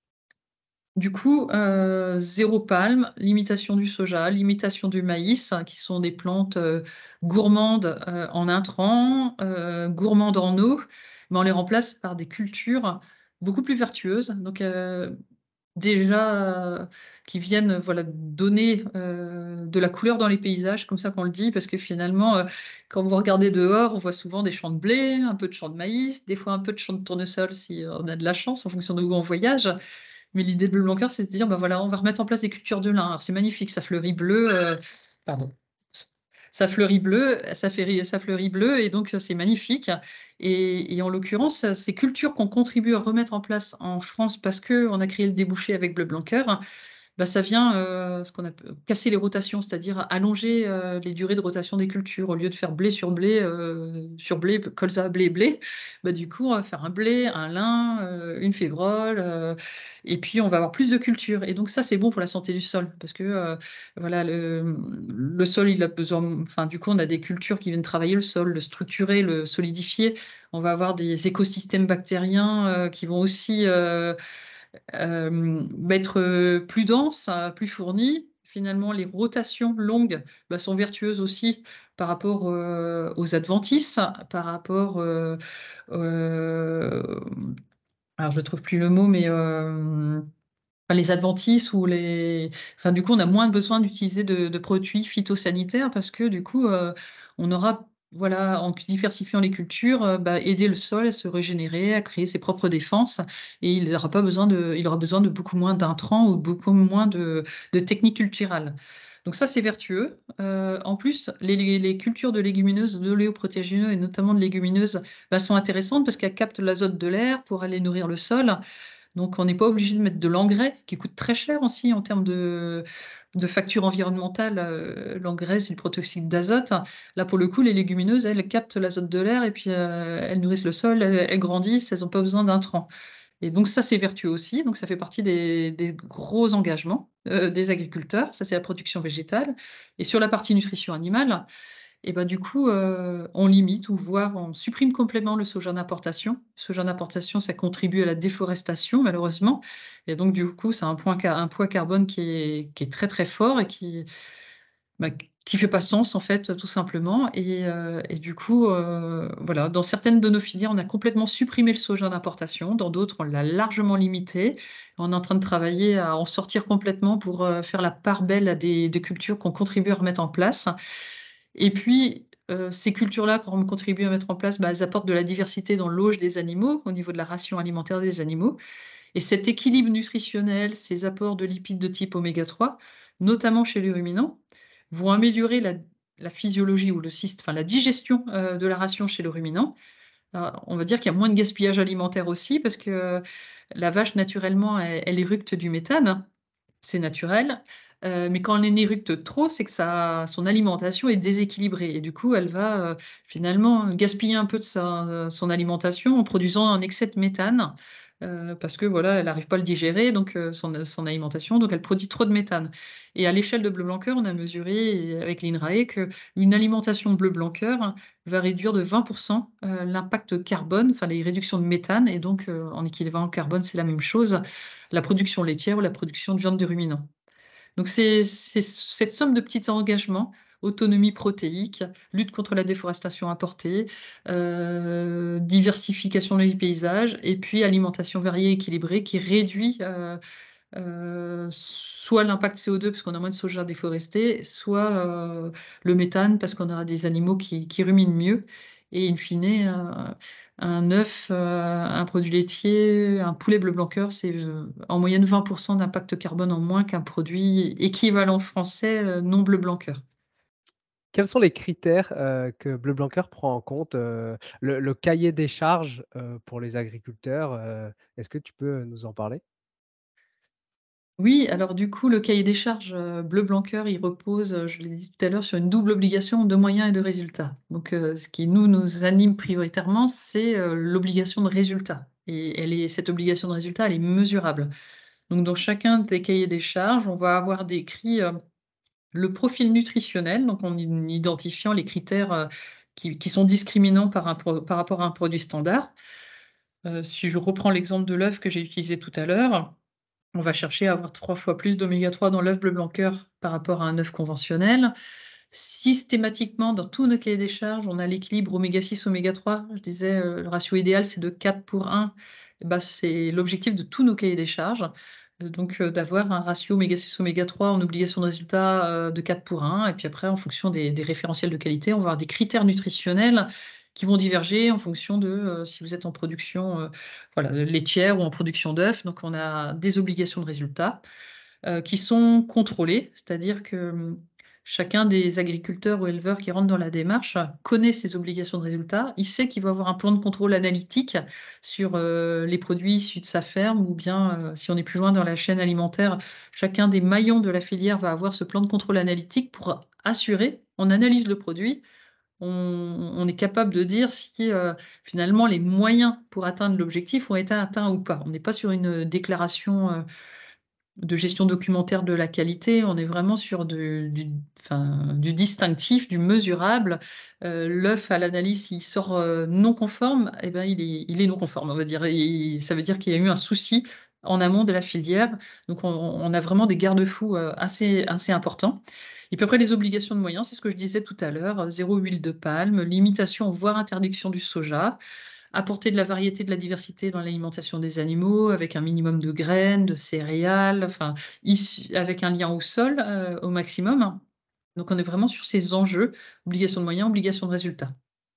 Du coup, euh, zéro palme, limitation du soja, limitation du maïs, hein, qui sont des plantes euh, gourmandes euh, en intrants, euh, gourmandes en eau, mais on les remplace par des cultures beaucoup plus vertueuses. Donc, euh, déjà, euh, qui viennent voilà, donner euh, de la couleur dans les paysages, comme ça qu'on le dit, parce que finalement, euh, quand vous regardez dehors, on voit souvent des champs de blé, un peu de champs de maïs, des fois un peu de champs de tournesol si on a de la chance, en fonction de où on voyage. Mais l'idée de Bleu Blanc Cœur, c'est de dire, bah voilà, on va remettre en place des cultures de lin. Alors c'est magnifique, ça fleurit bleu, euh, pardon, ça fleurit bleu, ça, fait, ça fleurit bleu, et donc c'est magnifique. Et, et en l'occurrence, ces cultures qu'on contribue à remettre en place en France parce qu'on a créé le débouché avec Bleu Blanc Cœur, bah, ça vient euh, ce qu'on a casser les rotations, c'est-à-dire allonger euh, les durées de rotation des cultures. Au lieu de faire blé sur blé, euh, sur blé, colza, blé, blé, bah, du coup, on va faire un blé, un lin, euh, une févrole, euh, et puis on va avoir plus de culture. Et donc ça, c'est bon pour la santé du sol, parce que euh, voilà, le, le sol, il a besoin. Enfin, du coup, on a des cultures qui viennent travailler le sol, le structurer, le solidifier. On va avoir des écosystèmes bactériens euh, qui vont aussi euh, euh, être plus dense, plus fourni. Finalement, les rotations longues bah, sont vertueuses aussi par rapport euh, aux adventices, par rapport... Euh, euh, alors, je ne trouve plus le mot, mais... Euh, les adventices ou les... Enfin, du coup, on a moins besoin d'utiliser de, de produits phytosanitaires parce que, du coup, euh, on aura... Voilà, en diversifiant les cultures, euh, bah, aider le sol à se régénérer, à créer ses propres défenses, et il aura pas besoin de, il aura besoin de beaucoup moins d'intrants ou beaucoup moins de, de techniques culturales. Donc ça, c'est vertueux. Euh, en plus, les, les cultures de légumineuses, d'oléoprotéagineux et notamment de légumineuses, bah, sont intéressantes parce qu'elles captent l'azote de l'air pour aller nourrir le sol. Donc, on n'est pas obligé de mettre de l'engrais, qui coûte très cher aussi en termes de, de facture environnementale. Euh, l'engrais, c'est le protoxyde d'azote. Là, pour le coup, les légumineuses, elles captent l'azote de l'air et puis euh, elles nourrissent le sol, elles, elles grandissent, elles n'ont pas besoin d'intrants. Et donc, ça, c'est vertueux aussi. Donc, ça fait partie des, des gros engagements euh, des agriculteurs. Ça, c'est la production végétale. Et sur la partie nutrition animale, et ben, du coup, euh, on limite ou voire on supprime complètement le soja d'importation. Le soja d'importation, ça contribue à la déforestation, malheureusement. Et donc, du coup, c'est un, point, un poids carbone qui est, qui est très, très fort et qui, bah, qui fait pas sens en fait, tout simplement. Et, euh, et du coup, euh, voilà, dans certaines de nos filières, on a complètement supprimé le soja d'importation. Dans d'autres, on l'a largement limité. On est en train de travailler à en sortir complètement pour euh, faire la part belle à des, des cultures qu'on contribue à remettre en place. Et puis, euh, ces cultures-là qu'on contribue à mettre en place, bah, elles apportent de la diversité dans l'auge des animaux, au niveau de la ration alimentaire des animaux. Et cet équilibre nutritionnel, ces apports de lipides de type oméga trois, notamment chez les ruminants, vont améliorer la, la physiologie ou le syst- enfin, la digestion euh, de la ration chez le ruminant. Alors, on va dire qu'il y a moins de gaspillage alimentaire aussi, parce que euh, la vache, naturellement, elle, elle éructe du méthane, c'est naturel. Euh, mais quand on en éructe trop, c'est que ça, son alimentation est déséquilibrée. Et du coup, elle va euh, finalement gaspiller un peu de sa, son alimentation en produisant un excès de méthane. Euh, parce que voilà, elle n'arrive pas à le digérer, donc euh, son, son alimentation, donc elle produit trop de méthane. Et à l'échelle de Bleu Blanc Cœur, on a mesuré avec l'INRAE qu'une alimentation Bleu Blanc Cœur va réduire de vingt pour cent euh, l'impact carbone, enfin les réductions de méthane, et donc euh, en équivalent carbone, c'est la même chose, la production laitière ou la production de viande de ruminants. Donc c'est c'est cette somme de petits engagements, autonomie protéique, lutte contre la déforestation importée, euh, diversification des paysages, et puis alimentation variée et équilibrée qui réduit euh, euh, soit l'impact C O deux parce qu'on a moins de soja déforesté, soit euh, le méthane parce qu'on aura des animaux qui, qui ruminent mieux. Et in fine, euh, un œuf, euh, un produit laitier, un poulet bleu blanc cœur, c'est euh, en moyenne vingt pour cent d'impact carbone en moins qu'un produit équivalent français euh, non bleu blanc cœur. Quels sont les critères euh, que Bleu Blanc Cœur prend en compte euh, le, le cahier des charges euh, pour les agriculteurs, euh, est-ce que tu peux nous en parler? Oui, alors du coup, le cahier des charges euh, Bleu Blanc Cœur, il repose, euh, je l'ai dit tout à l'heure, sur une double obligation de moyens et de résultats. Donc, euh, ce qui nous, nous anime prioritairement, c'est euh, l'obligation de résultat. Et elle est, cette obligation de résultat, elle est mesurable. Donc, dans chacun des cahiers des charges, on va avoir décrit euh, le profil nutritionnel, donc en identifiant les critères euh, qui, qui sont discriminants par, un pro- par rapport à un produit standard. Euh, si je reprends l'exemple de l'œuf que j'ai utilisé tout à l'heure, on va chercher à avoir trois fois plus d'oméga trois dans l'œuf bleu blanc cœur par rapport à un œuf conventionnel. Systématiquement, dans tous nos cahiers des charges, on a l'équilibre oméga six, oméga trois. Je disais, euh, le ratio idéal, c'est de quatre pour un. Et ben, c'est l'objectif de tous nos cahiers des charges. Euh, donc, euh, d'avoir un ratio oméga six, oméga trois en obligation de résultat euh, de quatre pour un. Et puis après, en fonction des, des référentiels de qualité, on va avoir des critères nutritionnels qui vont diverger en fonction de euh, si vous êtes en production euh, voilà, laitière ou en production d'œufs. Donc, on a des obligations de résultat euh, qui sont contrôlées, c'est-à-dire que hum, chacun des agriculteurs ou éleveurs qui rentrent dans la démarche connaît ses obligations de résultat. Il sait qu'il va avoir un plan de contrôle analytique sur euh, les produits issus de sa ferme, ou bien, euh, si on est plus loin dans la chaîne alimentaire, chacun des maillons de la filière va avoir ce plan de contrôle analytique pour assurer, on analyse le produit, on, on est capable de dire si euh, finalement les moyens pour atteindre l'objectif ont été atteints ou pas. On n'est pas sur une déclaration euh, de gestion documentaire de la qualité, on est vraiment sur du, du, enfin, du distinctif, du mesurable. Euh, L'œuf à l'analyse, s'il sort euh, non conforme, eh ben, il est, il est non conforme, on va dire. Et ça veut dire qu'il y a eu un souci en amont de la filière. Donc on, on a vraiment des garde-fous euh, assez, assez importants. Et puis après, les obligations de moyens, c'est ce que je disais tout à l'heure, zéro huile de palme, limitation, voire interdiction du soja, apporter de la variété, de la diversité dans l'alimentation des animaux, avec un minimum de graines, de céréales, enfin, issu- avec un lien au sol euh, au maximum. Donc on est vraiment sur ces enjeux, obligation de moyens, obligation de résultats.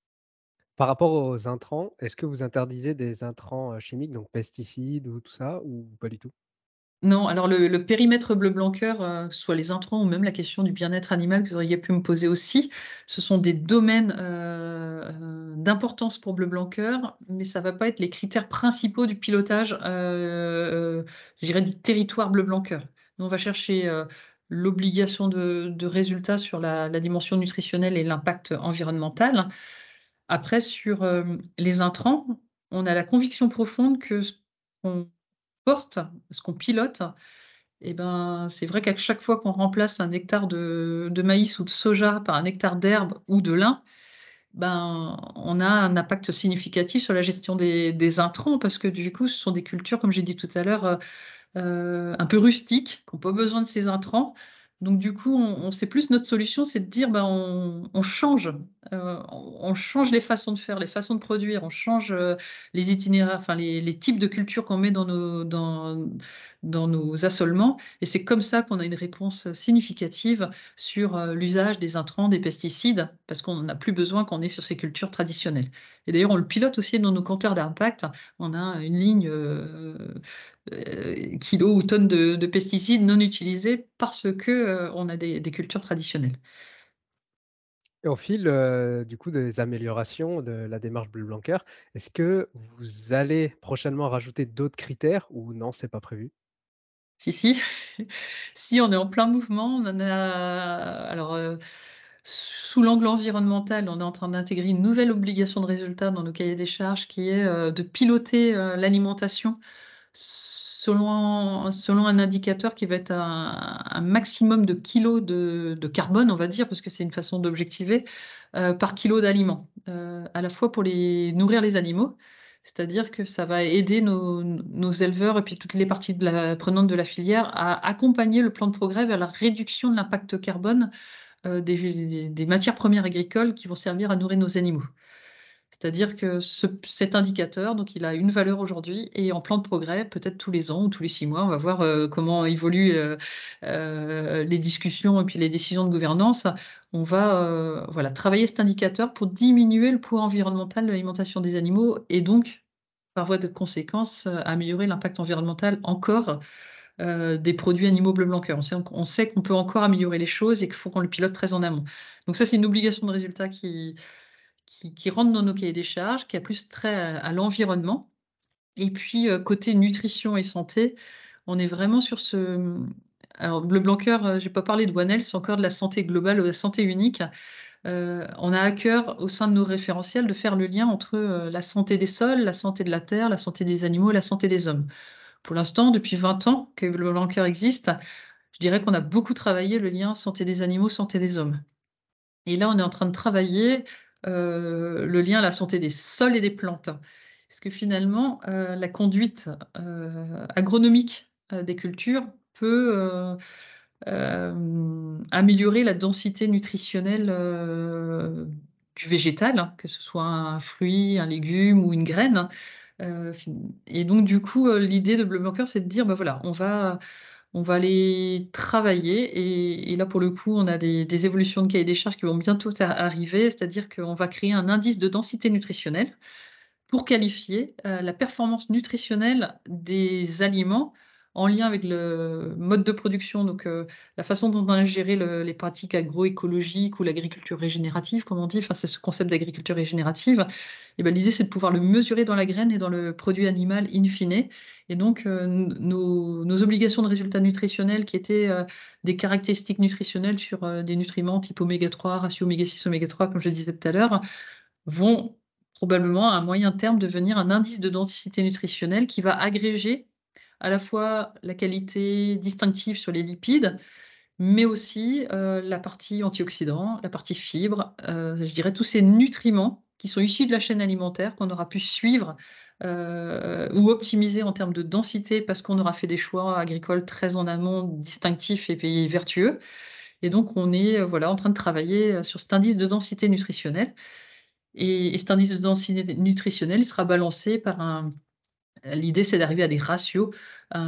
Par rapport aux intrants, est-ce que vous interdisez des intrants euh, chimiques, donc pesticides ou tout ça, ou pas du tout? Non, alors le, le périmètre bleu blanc cœur, euh, soit les intrants ou même la question du bien-être animal que vous auriez pu me poser aussi, ce sont des domaines euh, euh, d'importance pour bleu blanc cœur, mais ça ne va pas être les critères principaux du pilotage, euh, euh, je dirais, du territoire bleu blanc cœur. Nous, on va chercher euh, l'obligation de, de résultats sur la, la dimension nutritionnelle et l'impact environnemental. Après, sur euh, les intrants, on a la conviction profonde que ce qu'on porte, ce qu'on pilote, eh ben, c'est vrai qu'à chaque fois qu'on remplace un hectare de, de maïs ou de soja par un hectare d'herbe ou de lin, ben, on a un impact significatif sur la gestion des, des intrants, parce que du coup, ce sont des cultures, comme j'ai dit tout à l'heure, euh, euh, un peu rustiques, qui n'ont pas besoin de ces intrants. Donc du coup, on, on c'est plus notre solution, c'est de dire bah, on, on change, euh, on, on change les façons de faire, les façons de produire, on change euh, les itinéraires, enfin les, les types de cultures qu'on met dans nos, dans, dans nos assolements. Et c'est comme ça qu'on a une réponse significative sur euh, l'usage des intrants, des pesticides, parce qu'on n'a plus besoin qu'on est sur ces cultures traditionnelles. Et d'ailleurs, on le pilote aussi dans nos compteurs d'impact. On a une ligne euh, euh, kilos ou tonnes de, de pesticides non utilisés parce que euh, on a des, des cultures traditionnelles. Et au fil, heu, du coup, des améliorations de la démarche Bleu Blanc Cœur, est-ce que vous allez prochainement rajouter d'autres critères ou non, c'est pas prévu? Si, si, si on est en plein mouvement, on en a alors euh, sous l'angle environnemental, on est en train d'intégrer une nouvelle obligation de résultat dans nos cahiers des charges qui est euh, de piloter euh, l'alimentation selon, selon un indicateur qui va être un, un maximum de kilos de, de carbone, on va dire, parce que c'est une façon d'objectiver, euh, par kilo d'aliments, euh, à la fois pour les, nourrir les animaux, c'est-à-dire que ça va aider nos, nos éleveurs et puis toutes les parties de la, prenantes de la filière à accompagner le plan de progrès vers la réduction de l'impact carbone euh, des, des matières premières agricoles qui vont servir à nourrir nos animaux. C'est-à-dire que ce, cet indicateur, donc il a une valeur aujourd'hui et en plan de progrès, peut-être tous les ans ou tous les six mois, on va voir euh, comment évoluent euh, euh, les discussions et puis les décisions de gouvernance. On va euh, voilà, travailler cet indicateur pour diminuer le poids environnemental de l'alimentation des animaux et donc, par voie de conséquence, euh, améliorer l'impact environnemental encore euh, des produits animaux bleu blanc cœur. On sait, on sait qu'on peut encore améliorer les choses et qu'il faut qu'on le pilote très en amont. Donc ça, c'est une obligation de résultat qui qui, qui rentre dans nos cahiers des charges, qui a plus trait à, à l'environnement. Et puis, euh, côté nutrition et santé, on est vraiment sur ce... Alors, le Blanc-Cœur, euh, je n'ai pas parlé de One Health, c'est encore de la santé globale, de la santé unique. Euh, on a à cœur, au sein de nos référentiels, de faire le lien entre euh, la santé des sols, la santé de la terre, la santé des animaux et la santé des hommes. Pour l'instant, depuis vingt ans que le Blanc-Cœur existe, je dirais qu'on a beaucoup travaillé le lien santé des animaux, santé des hommes. Et là, on est en train de travailler euh, le lien à la santé des sols et des plantes. Parce que finalement, euh, la conduite euh, agronomique euh, des cultures peut euh, euh, améliorer la densité nutritionnelle euh, du végétal, hein, que ce soit un fruit, un légume ou une graine. Euh, et donc, du coup, euh, l'idée de Bleu Blanc Cœur, c'est de dire, ben voilà, on va on va les travailler et, et là, pour le coup, on a des, des évolutions de cahier des charges qui vont bientôt arriver, c'est-à-dire qu'on va créer un indice de densité nutritionnelle pour qualifier euh, la performance nutritionnelle des aliments en lien avec le mode de production, donc euh, la façon dont on a géré le, les pratiques agroécologiques ou l'agriculture régénérative, comme on dit, enfin, c'est ce concept d'agriculture régénérative. Et ben, l'idée, c'est de pouvoir le mesurer dans la graine et dans le produit animal in fine. Et donc, euh, nos, nos obligations de résultats nutritionnels qui étaient euh, des caractéristiques nutritionnelles sur euh, des nutriments type oméga trois, ratio oméga six, oméga trois, comme je disais tout à l'heure, vont probablement à moyen terme devenir un indice de densité nutritionnelle qui va agréger à la fois la qualité distinctive sur les lipides, mais aussi euh, la partie antioxydants, la partie fibres, euh, je dirais tous ces nutriments qui sont issus de la chaîne alimentaire qu'on aura pu suivre euh, ou optimiser en termes de densité parce qu'on aura fait des choix agricoles très en amont, distinctifs et puis vertueux. Et donc, on est euh, voilà, en train de travailler sur cet indice de densité nutritionnelle. Et, et cet indice de densité nutritionnelle, il sera balancé par un... L'idée, c'est d'arriver à des ratios. Euh,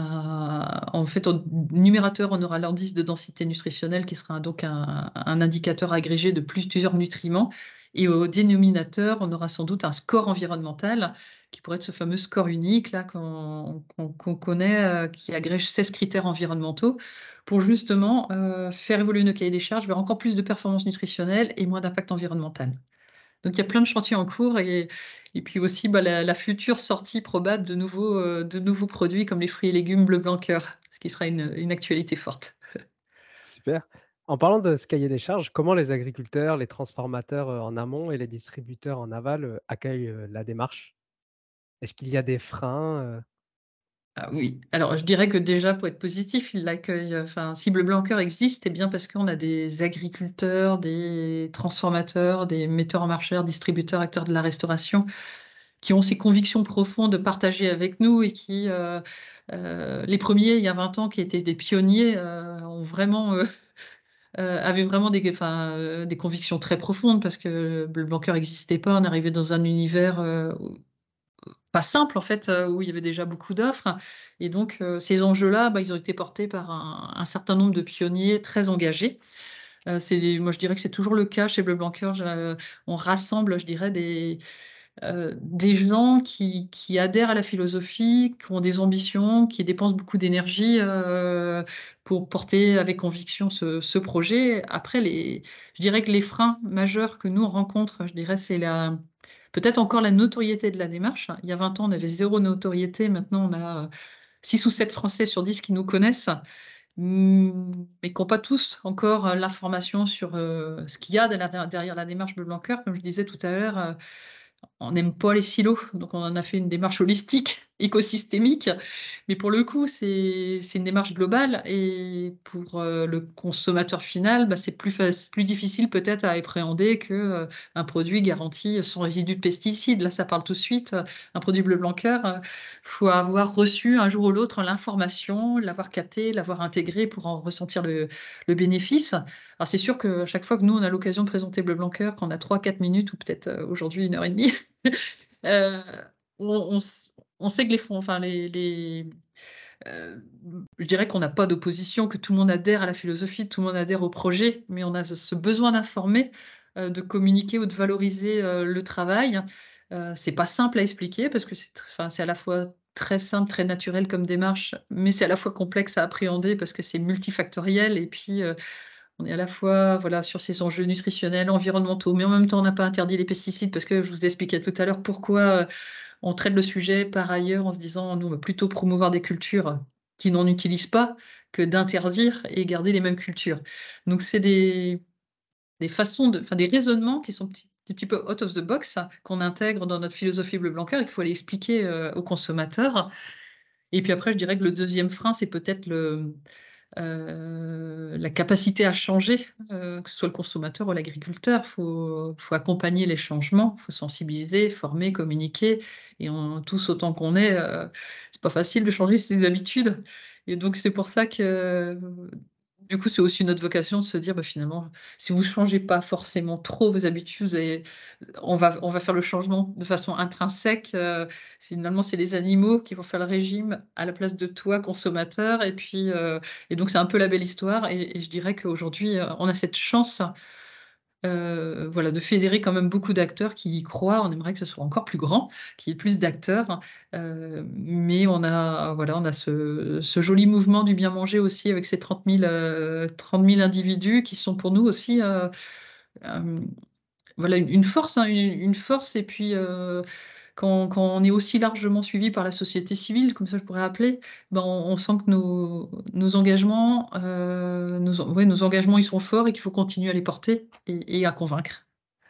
en fait, au numérateur, on aura l'indice de densité nutritionnelle qui sera donc un, un indicateur agrégé de plusieurs nutriments. Et au dénominateur, on aura sans doute un score environnemental qui pourrait être ce fameux score unique là qu'on qu'on, qu'on connaît, euh, qui agrège seize critères environnementaux pour justement euh, faire évoluer nos cahiers des charges vers encore plus de performance nutritionnelle et moins d'impact environnemental. Donc il y a plein de chantiers en cours et, et puis aussi bah, la, la future sortie probable de nouveaux, euh, de nouveaux produits comme les fruits et légumes bleu blanc cœur, ce qui sera une, une actualité forte. Super. En parlant de ce cahier des charges, comment les agriculteurs, les transformateurs euh, en amont et les distributeurs en aval euh, accueillent euh, la démarche? Est-ce qu'il y a des freins? euh Ah oui, alors je dirais que déjà pour être positif, il l'accueille. Enfin, si Bleu Blanc Cœur existe, c'est bien parce qu'on a des agriculteurs, des transformateurs, des metteurs en marché, distributeurs, acteurs de la restauration qui ont ces convictions profondes de partager avec nous et qui euh, euh, les premiers, il y a vingt ans, qui étaient des pionniers, euh, ont vraiment, euh, euh, avaient vraiment des, enfin, euh, des convictions très profondes parce que le Blanqueur n'existait pas. On arrivait dans un univers euh, pas simple, en fait, euh, où il y avait déjà beaucoup d'offres. Et donc, euh, ces enjeux-là, bah, ils ont été portés par un, un certain nombre de pionniers très engagés. Euh, c'est, moi, je dirais que c'est toujours le cas chez Bleu Blanqueur. Je- on rassemble, je dirais, des, euh, des gens qui, qui adhèrent à la philosophie, qui ont des ambitions, qui dépensent beaucoup d'énergie euh, pour porter avec conviction ce, ce projet. Après, les, je dirais que les freins majeurs que nous on rencontre, je dirais, c'est la, peut-être encore la notoriété de la démarche. Il y a vingt ans, on avait zéro notoriété. Maintenant, on a six ou sept Français sur dix qui nous connaissent, mm, mais qui n'ont pas tous encore l'information sur euh, ce qu'il y a derrière la démarche Bleu Blanqueur. Comme je disais tout à l'heure, euh, on n'aime pas les silos, donc on en a fait une démarche holistique, écosystémique, mais pour le coup, c'est c'est une démarche globale, et pour euh, le consommateur final, bah, c'est plus, fac- plus difficile peut-être à appréhender que euh, un produit garanti sans résidus de pesticides. Là, ça parle tout de suite. Un produit Bleu Blanqueur, il faut avoir reçu un jour ou l'autre l'information, l'avoir capté, l'avoir intégré pour en ressentir le, le bénéfice. Alors c'est sûr que chaque fois que nous, on a l'occasion de présenter Bleu Blanqueur, qu'on a trois quatre minutes, ou peut-être euh, aujourd'hui une heure et demie, euh, on, on s- on sait que les fonds, enfin les, les, euh, je dirais qu'on n'a pas d'opposition, que tout le monde adhère à la philosophie, tout le monde adhère au projet, mais on a ce, ce besoin d'informer, euh, de communiquer ou de valoriser euh, le travail. Euh, c'est pas simple à expliquer parce que c'est, tr- enfin, c'est à la fois très simple, très naturel comme démarche, mais c'est à la fois complexe à appréhender parce que c'est multifactoriel, et puis euh, on est à la fois, voilà, sur ces enjeux nutritionnels, environnementaux, mais en même temps, on n'a pas interdit les pesticides parce que je vous expliquais tout à l'heure pourquoi euh, on traite le sujet par ailleurs en se disant, nous, on va plutôt promouvoir des cultures qui n'en utilisent pas que d'interdire et garder les mêmes cultures. Donc, c'est des, des façons, de, enfin, des raisonnements qui sont petit, un petit peu out of the box, hein, qu'on intègre dans notre philosophie Bleu Blanqueur et qu'il faut aller expliquer euh, aux consommateurs. Et puis après, je dirais que le deuxième frein, c'est peut-être le euh, la capacité à changer, euh, que ce soit le consommateur ou l'agriculteur. Il faut, faut accompagner les changements, il faut sensibiliser, former, communiquer. Et on, tous autant qu'on est, euh, c'est pas facile de changer ses habitudes. Et donc c'est pour ça que, euh, du coup, c'est aussi notre vocation de se dire, bah, finalement, si vous ne changez pas forcément trop vos habitudes, vous avez- on va, on va faire le changement de façon intrinsèque. Euh, finalement, c'est les animaux qui vont faire le régime à la place de toi, consommateur. Et puis, euh, et donc, c'est un peu la belle histoire. Et, et je dirais qu'aujourd'hui, euh, on a cette chance, euh, voilà, de fédérer quand même beaucoup d'acteurs qui y croient. On aimerait que ce soit encore plus grand, qu'il y ait plus d'acteurs. Euh, mais on a, voilà, on a ce, ce joli mouvement du bien manger aussi, avec ces trente mille, euh, trente mille individus qui sont pour nous aussi euh, euh, voilà, une, une force, hein, une, une force. Et puis, euh, quand, quand on est aussi largement suivi par la société civile, comme ça je pourrais appeler, ben on, on sent que nos, nos engagements, euh, nos, ouais, nos engagements, ils sont forts et qu'il faut continuer à les porter et, et à convaincre.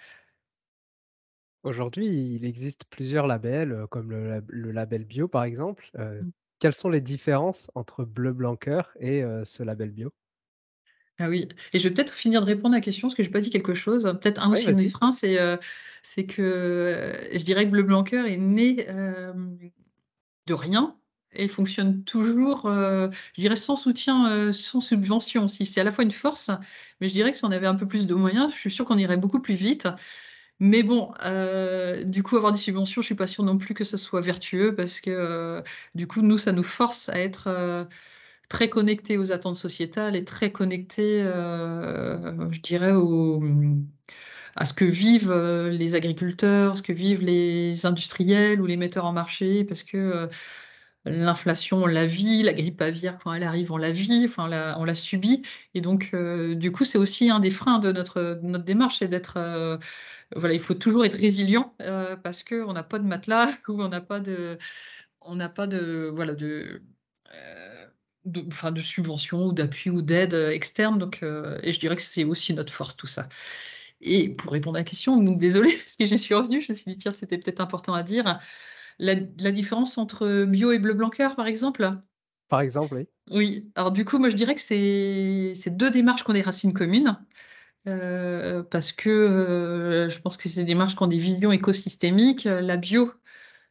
Aujourd'hui, il existe plusieurs labels, euh, comme le, lab- le label bio par exemple. Euh, Mm. quelles sont les différences entre Bleu Blanqueur et euh, ce label bio? Ah oui, et je vais peut-être finir de répondre à la question parce que j'ai pas dit quelque chose. Peut-être un Oui, aussi de mes vas-y. freins, c'est euh, c'est que euh, je dirais que Bleu Blanqueur est né euh, de rien et fonctionne toujours, euh, je dirais, sans soutien, euh, sans subvention aussi. C'est à la fois une force, mais je dirais que si on avait un peu plus de moyens, je suis sûre qu'on irait beaucoup plus vite. Mais bon, euh, du coup, avoir des subventions, je suis pas sûre non plus que ce soit vertueux parce que euh, du coup, nous, ça nous force à être euh, très connectés aux attentes sociétales et très connectés, euh, je dirais, au, à ce que vivent euh, les agriculteurs, ce que vivent les industriels ou les metteurs en marché, parce que euh, l'inflation, on la vit, la grippe aviaire, quand elle arrive, on la vit, enfin, on la, on la subit. Et donc, euh, du coup, c'est aussi un des freins de notre, de notre démarche, c'est d'être, euh, voilà, il faut toujours être résilient euh, parce qu'on n'a pas de matelas ou on n'a pas de, on n'a pas de, voilà, de, euh, de, enfin, de subventions ou d'appui ou d'aide euh, externe. Donc, euh, et je dirais que c'est aussi notre force, tout ça. Et pour répondre à la question, donc désolée, parce que j'y suis revenue, je me suis dit, tiens, c'était peut-être important à dire. La, la différence entre bio et bleu blanc-cœur, par exemple? Par exemple, oui. Oui, alors du coup, moi je dirais que c'est c'est deux démarches qui ont des racines communes, euh, parce que euh, je pense que c'est des démarches qui ont des visions écosystémiques. La bio,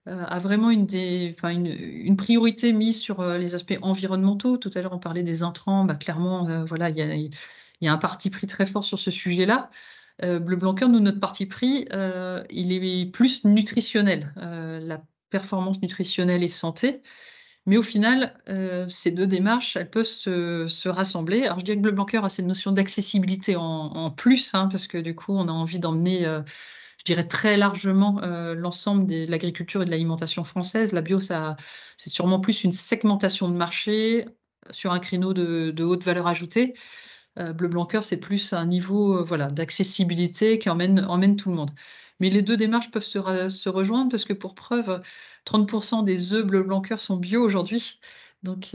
euh, a vraiment une, des, enfin une, une priorité mise sur euh, les aspects environnementaux. Tout à l'heure, on parlait des intrants. Bah, clairement, euh, voilà, il y a, il y a un parti pris très fort sur ce sujet-là. Euh, Bleu Blanc Cœur, nous, notre parti pris, euh, il est plus nutritionnel. Euh, la performance nutritionnelle et santé. Mais au final, euh, ces deux démarches, elles peuvent se, se rassembler. Alors, je dirais que Bleu Blanc Cœur a cette notion d'accessibilité en, en plus, hein, parce que du coup, on a envie d'emmener, euh, je dirais très largement, euh, l'ensemble de l'agriculture et de l'alimentation française. La bio, ça, c'est sûrement plus une segmentation de marché sur un créneau de, de haute valeur ajoutée. Euh, Bleu Blanc Cœur, c'est plus un niveau euh, voilà, d'accessibilité qui emmène, emmène tout le monde. Mais les deux démarches peuvent se, re- se rejoindre parce que pour preuve, trente pour cent des œufs Bleu Blanc Cœur sont bio aujourd'hui. Donc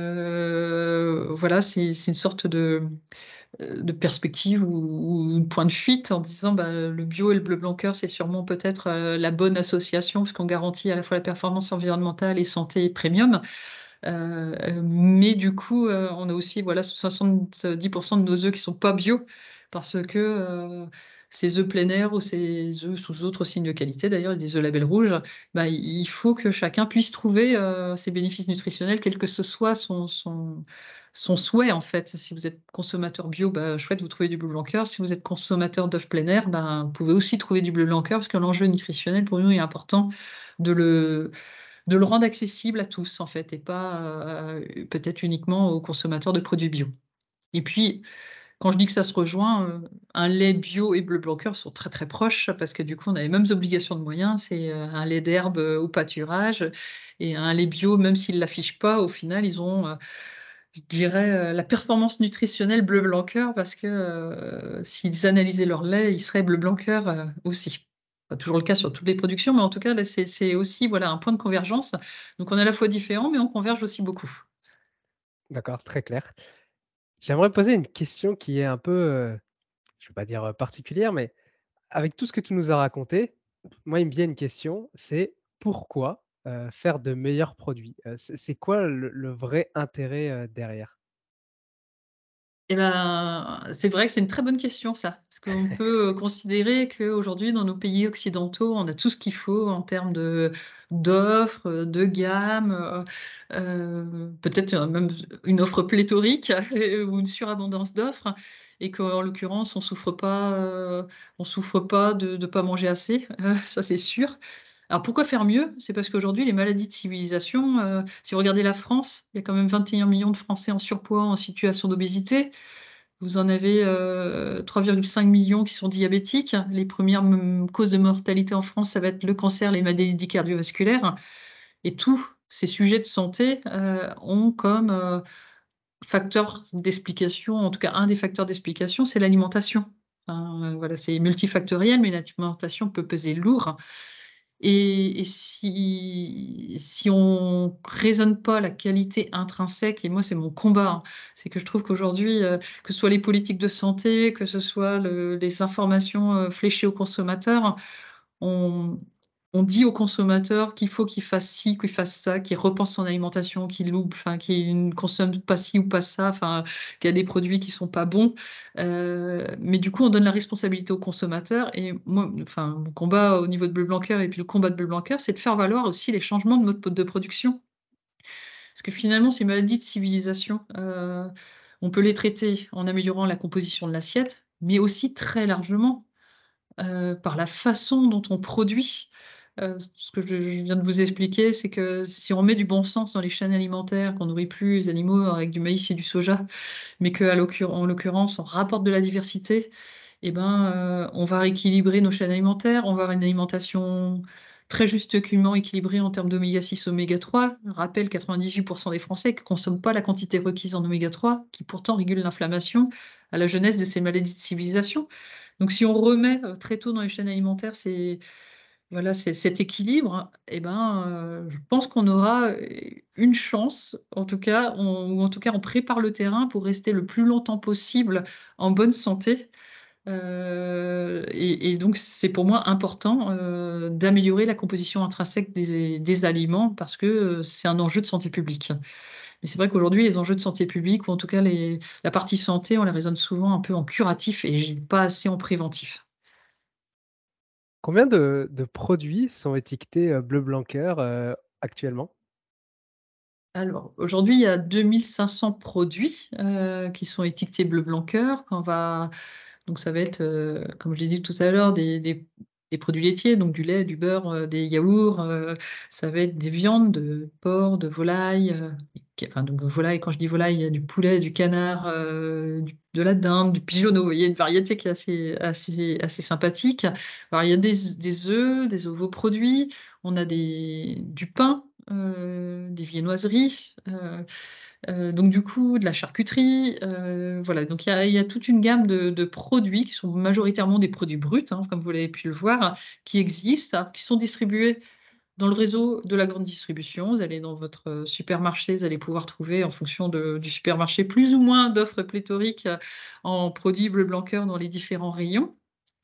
euh, voilà, c'est c'est une sorte de, de perspective ou, ou de point de fuite en disant bah, le bio et le Bleu Blanc Cœur, c'est sûrement peut-être euh, la bonne association parce qu'on garantit à la fois la performance environnementale et santé premium. Euh, mais du coup, euh, on a aussi voilà, soixante-dix pour cent de nos œufs qui sont pas bio parce que euh, ces œufs plein air ou ces œufs sous autres signes de qualité, d'ailleurs, des œufs label rouge, bah, il faut que chacun puisse trouver euh, ses bénéfices nutritionnels, quel que ce soit son, son, son souhait en fait. Si vous êtes consommateur bio, bah, chouette, vous trouvez du Bleu Blanc Cœur. Si vous êtes consommateur d'œufs plein air, bah, vous pouvez aussi trouver du Bleu Blanc Cœur parce que l'enjeu nutritionnel pour nous est important de le de le rendre accessible à tous, en fait, et pas euh, peut-être uniquement aux consommateurs de produits bio. Et puis, quand je dis que ça se rejoint, euh, un lait bio et Bleu Blanc Cœur sont très très proches parce que du coup, on a les mêmes obligations de moyens. C'est euh, un lait d'herbe euh, au pâturage et un lait bio, même s'ils ne l'affichent pas, au final, ils ont, euh, je dirais, euh, la performance nutritionnelle Bleu Blanc Cœur parce que euh, s'ils analysaient leur lait, ils seraient Bleu Blanc Cœur euh, aussi. Pas toujours le cas sur toutes les productions, mais en tout cas, là, c'est c'est aussi voilà, un point de convergence. Donc, on est à la fois différents, mais on converge aussi beaucoup. D'accord, très clair. J'aimerais poser une question qui est un peu, euh, je ne vais pas dire euh, particulière, mais avec tout ce que tu nous as raconté, moi, il me vient une question, c'est pourquoi euh, faire de meilleurs produits? Euh, c'est c'est quoi le, le vrai intérêt euh, derrière? Eh ben, c'est vrai que c'est une très bonne question, ça. Parce qu'on peut euh, considérer qu'aujourd'hui, dans nos pays occidentaux, on a tout ce qu'il faut en termes de d'offres, de gamme, euh, euh, peut-être même une offre pléthorique ou une surabondance d'offres, et qu'en l'occurrence, on souffre pas, euh, on souffre pas de ne pas manger assez, euh, ça c'est sûr. Alors pourquoi faire mieux? C'est parce qu'aujourd'hui, les maladies de civilisation, euh, si vous regardez la France, il y a quand même vingt et un millions de Français en surpoids, en situation d'obésité. Vous en avez euh, trois virgule cinq millions qui sont diabétiques. Les premières mm, causes de mortalité en France, ça va être le cancer, les maladies cardiovasculaires. Et tous ces sujets de santé euh, ont comme euh, facteur d'explication, en tout cas un des facteurs d'explication, c'est l'alimentation. Enfin, euh, voilà, c'est multifactoriel, mais l'alimentation peut peser lourd. Et, et si, si on raisonne pas la qualité intrinsèque, et moi c'est mon combat, hein, c'est que je trouve qu'aujourd'hui, euh, que ce soit les politiques de santé, que ce soit le- les informations euh, fléchées aux consommateurs, on, on dit aux consommateurs qu'il faut qu'il fasse ci, qu'il fasse ça, qu'il repense son alimentation, qu'il loupe, enfin, qu'il ne consomme pas ci ou pas ça, enfin, qu'il y a des produits qui sont pas bons. Euh, mais du coup, on donne la responsabilité aux consommateurs. Et moi, enfin, mon combat au niveau de Bleu Blanc Cœur et puis le combat de Bleu Blanc Cœur, c'est de faire valoir aussi les changements de mode de production. Parce que finalement, ces maladies de civilisation, euh, on peut les traiter en améliorant la composition de l'assiette, mais aussi très largement euh, par la façon dont on produit. Euh, ce que je viens de vous expliquer, c'est que si on met du bon sens dans les chaînes alimentaires, qu'on nourrit plus les animaux avec du maïs et du soja, mais qu'en l'occurrence, on rapporte de la diversité, eh ben, euh, on va rééquilibrer nos chaînes alimentaires, on va avoir une alimentation très justement équilibrée en termes d'oméga six, oméga trois. Je rappelle, quatre-vingt-dix-huit pour cent des Français ne consomment pas la quantité requise en oméga trois, qui pourtant régule l'inflammation à la jeunesse de ces maladies de civilisation. Donc, si on remet euh, très tôt dans les chaînes alimentaires c'est, voilà, c'est, cet équilibre, eh ben, euh, je pense qu'on aura une chance, en tout cas, on, ou en tout cas, on prépare le terrain pour rester le plus longtemps possible en bonne santé. Euh, et, et donc, c'est pour moi important euh, d'améliorer la composition intrinsèque des, des aliments parce que euh, c'est un enjeu de santé publique. Mais c'est vrai qu'aujourd'hui, les enjeux de santé publique, ou en tout cas les, la partie santé, on les raisonne souvent un peu en curatif et pas assez en préventif. Combien de de produits sont étiquetés, heu, bleu blanc cœur, heu, actuellement? Alors, aujourd'hui, il y a deux mille cinq cents produits, heu, qui sont étiquetés bleu blanc cœur. Quand on va donc ça va être, heu, comme je l'ai dit tout à l'heure, des des des produits laitiers, donc du lait, du beurre, heu, des yaourts, heu, ça va être des viandes de porc, de volaille, heu, qui enfin donc volaille, quand je dis volaille, il y a du poulet, du canard, heu, du de la dinde, du pigeonneau. Vous voyez, une variété qui est assez assez assez sympathique. Alors il y a des des œufs, des ovoproduits, on a des du pain, heu, des viennoiseries, heu heu, donc du coup, de la charcuterie, heu, voilà, donc il y a il y a toute une gamme de de produits qui sont majoritairement des produits bruts, hein, comme vous l'avez pu le voir, qui existent, qui sont distribués dans le réseau de la grande distribution. Vous allez dans votre, heu, supermarché, vous allez pouvoir trouver en fonction de du supermarché plus ou moins d'offres pléthoriques, heu, en produits bleu blanc cœur dans les différents rayons.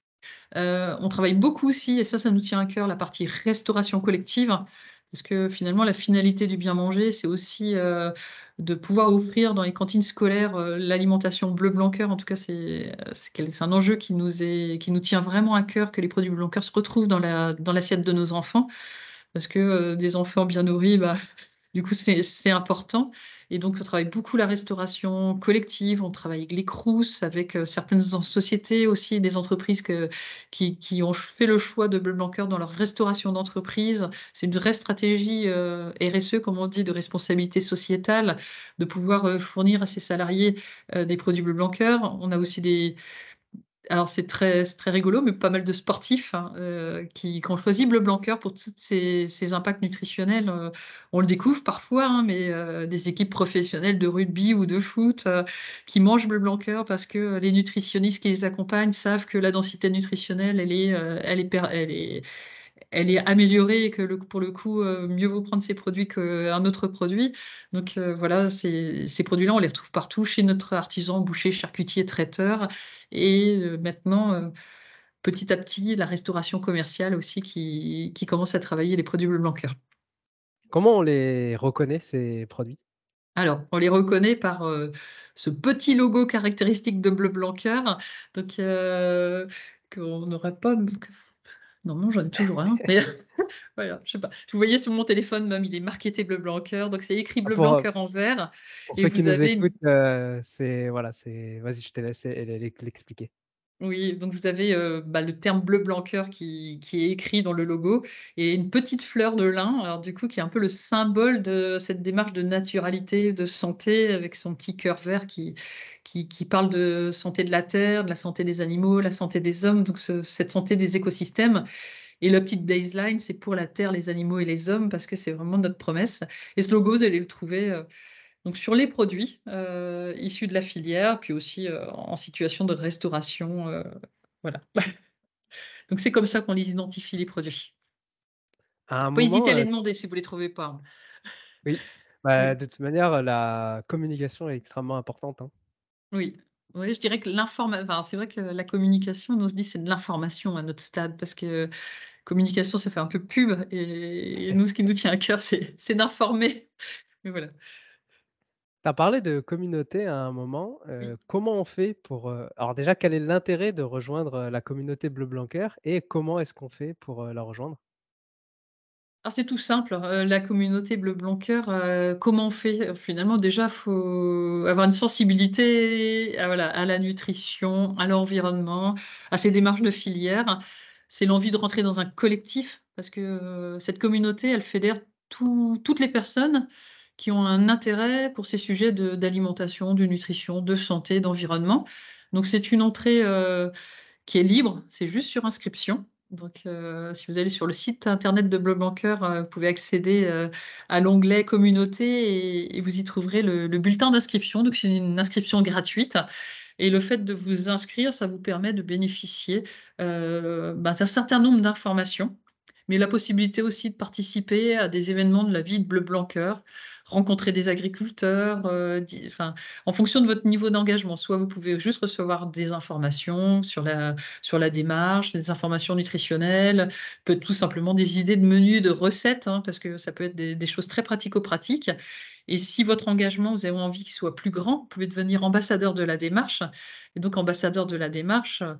Heu, on travaille beaucoup aussi et ça, ça nous tient à cœur, la partie restauration collective, parce que finalement la finalité du bien manger, c'est aussi, heu, de pouvoir offrir dans les cantines scolaires, heu, l'alimentation bleu blanc cœur. En tout cas, c'est, heu, c'est quel c'est un enjeu qui nous est qui nous tient vraiment à cœur, que les produits bleu blanc cœur se retrouvent dans la dans l'assiette de nos enfants. Parce que, heu, des enfants bien nourris, bah, du coup, c'est c'est important et donc on travaille beaucoup la restauration collective, on travaille avec les Crous, avec, heu, certaines en sociétés aussi, des entreprises que qui qui ont fait le choix de bleu blanc cœur dans leur restauration d'entreprise. C'est une vraie stratégie, heu, R S E, comme on dit, de responsabilité sociétale, de pouvoir, heu, fournir à ses salariés, heu, des produits bleu blanc cœur. On a aussi des alors c'est très c'est très rigolo, mais pas mal de sportifs, hein, heu, qui qui ont choisi bleu blanc cœur pour toutes ces ces impacts nutritionnels, heu, on le découvre parfois, hein, mais heu, des équipes professionnelles de rugby ou de foot, heu, qui mangent bleu blanc cœur parce que les nutritionnistes qui les accompagnent savent que la densité nutritionnelle, elle est, heu, elle est per elle est elle est améliorée et que le pour le coup, heu, mieux vaut prendre ces produits qu'un autre produit. Donc heu, voilà, ces ces produits-là, on les retrouve partout chez notre artisan, boucher, charcutier, traiteur et heu, maintenant, heu, petit à petit, la restauration commerciale aussi qui qui commence à travailler les produits bleu blanc cœur. Comment on les reconnaît ces produits? Alors, on les reconnaît par, heu, ce petit logo caractéristique de bleu blanc cœur, donc heu, qu'on n'aurait pas normalement, j'en ai toujours un, mais voilà, je sais pas. Vous voyez sur mon téléphone même, il est marqueté bleu blanc cœur, donc c'est écrit Ah bleu pour, blanc heu, cœur en vert pour et ceux qui vous nous avez une écoutent, heu, c'est voilà, c'est vas-y, je te laisse é l'é l'expliquer. oui, donc vous avez, heu, bah, le terme bleu blanc cœur qui qui est écrit dans le logo et une petite fleur de lin, alors du coup, qui est un peu le symbole de cette démarche de naturalité, de santé avec son petit cœur vert qui qui qui parle de santé de la terre, de la santé des animaux, la santé des hommes, donc ce cette santé des écosystèmes. Et la petite baseline, c'est pour la terre, les animaux et les hommes, parce que c'est vraiment notre promesse. Et ce logo, vous allez le trouver euh, donc sur les produits euh, issus de la filière, puis aussi euh, en situation de restauration. Euh, voilà. Donc c'est comme ça qu'on les identifie, les produits. À un Faut pas hésiter moment, à les heu demander si vous les trouvez pas, hein. oui, bah, Oui, de toute manière, la communication est extrêmement importante, hein. oui. Oui, je dirais que l'information, enfin, c'est vrai que la communication, nous on se dit c'est de l'information à notre stade, parce que communication, ça fait un peu pub, et, et nous, ce qui nous tient à cœur, c'est c'est d'informer. Mais voilà. Tu as parlé de communauté à un moment, heu, Oui. comment on fait pour, heu alors déjà, quel est l'intérêt de rejoindre, heu, la communauté bleu blanc cœur et comment est-ce qu'on fait pour, heu, la rejoindre? Alors c'est tout simple, heu, la communauté bleu blanc cœur, heu, comment on fait? Heu, finalement déjà, faut avoir une sensibilité à voilà, à la nutrition, à l'environnement, à ces démarches de filière. C'est l'envie de rentrer dans un collectif parce que, heu, cette communauté, elle fédère tout toutes les personnes qui ont un intérêt pour ces sujets de d'alimentation, de nutrition, de santé, d'environnement. Donc c'est une entrée, heu qui est libre, c'est juste sur inscription. Donc, heu, si vous allez sur le site internet de Bleu Blanc Cœur, heu, vous pouvez accéder, heu, à l'onglet communauté et et vous y trouverez le le bulletin d'inscription. Donc c'est une inscription gratuite et le fait de vous inscrire, ça vous permet de bénéficier, heu, bah, d'un certain nombre d'informations, mais la possibilité aussi de participer à des événements de la vie de Bleu Blanc Cœur, rencontrer des agriculteurs, heu, di enfin, en fonction de votre niveau d'engagement. Soit vous pouvez juste recevoir des informations sur la sur la démarche, des informations nutritionnelles, peut-être tout simplement des idées de menus, de recettes, hein, parce que ça peut être des des choses très pratico-pratiques. Et si votre engagement, vous avez envie qu'il soit plus grand, vous pouvez devenir ambassadeur de la démarche. Et donc ambassadeur de la démarche,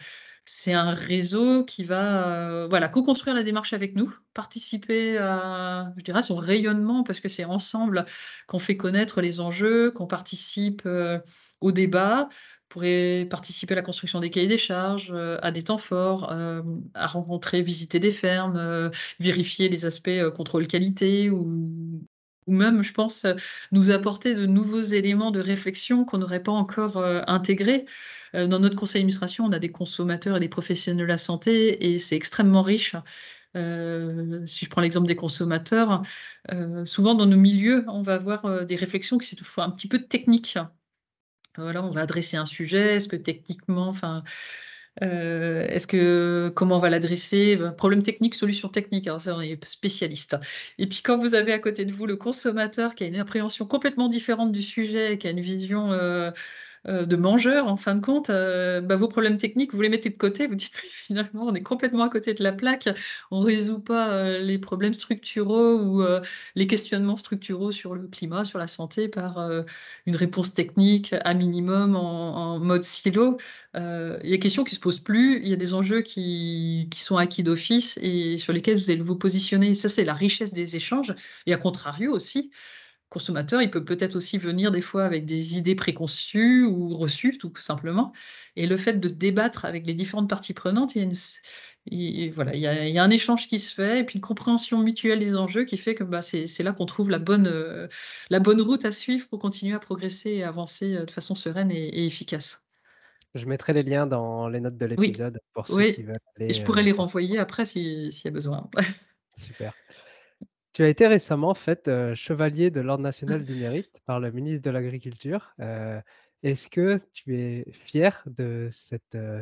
c'est un réseau qui va euh, voilà, co-construire la démarche avec nous, participer à, je dirais, son rayonnement, parce que c'est ensemble qu'on fait connaître les enjeux, qu'on participe euh, au débat, pourrait participer à la construction des cahiers des charges, euh, à des temps forts, euh, à rencontrer, visiter des fermes, euh, vérifier les aspects euh, contrôle qualité ou, ou même, je pense, euh, nous apporter de nouveaux éléments de réflexion qu'on n'aurait pas encore euh, intégrés. Euh, Dans notre conseil d'administration, on a des consommateurs et des professionnels de la santé et c'est extrêmement riche. Euh, si je prends l'exemple des consommateurs, euh, souvent dans nos milieux, on va avoir euh, des réflexions qui sont toutefois un petit peu techniques. Voilà, on va adresser un sujet, est-ce que techniquement, enfin, euh, est-ce que comment on va l'adresser? Problème technique, solution technique. Alors ça, on est spécialiste. Et puis quand vous avez à côté de vous le consommateur qui a une appréhension complètement différente du sujet, qui a une vision euh, euh, de mangeur, en fin de compte, euh, bah, vos problèmes techniques, vous les mettez de côté, vous dites finalement on est complètement à côté de la plaque, on ne résout pas euh, les problèmes structuraux ou euh, les questionnements structuraux sur le climat, sur la santé par euh, une réponse technique à minimum en, en mode silo. Euh, il y a des questions qui ne se posent plus, il y a des enjeux qui, qui sont acquis d'office et sur lesquels vous allez vous positionner. Ça, c'est la richesse des échanges. Et à contrario aussi, consommateur, il peut peut-être aussi venir des fois avec des idées préconçues ou reçues, tout simplement. Et le fait de débattre avec les différentes parties prenantes, il y a, une, il, voilà, il y a, il y a un échange qui se fait et puis une compréhension mutuelle des enjeux qui fait que bah, c'est, c'est là qu'on trouve la bonne, euh, la bonne route à suivre pour continuer à progresser et avancer euh, de façon sereine et, et efficace. Je mettrai les liens dans les notes de Oui, l'épisode pour ceux qui oui. veulent Et je aller pourrais euh, les voir. renvoyer après si- s'il y a besoin. Super. Tu as été récemment fait euh, chevalier de l'Ordre national du mérite par le ministre de l'Agriculture. Euh, est-ce que tu es fier de cette, euh,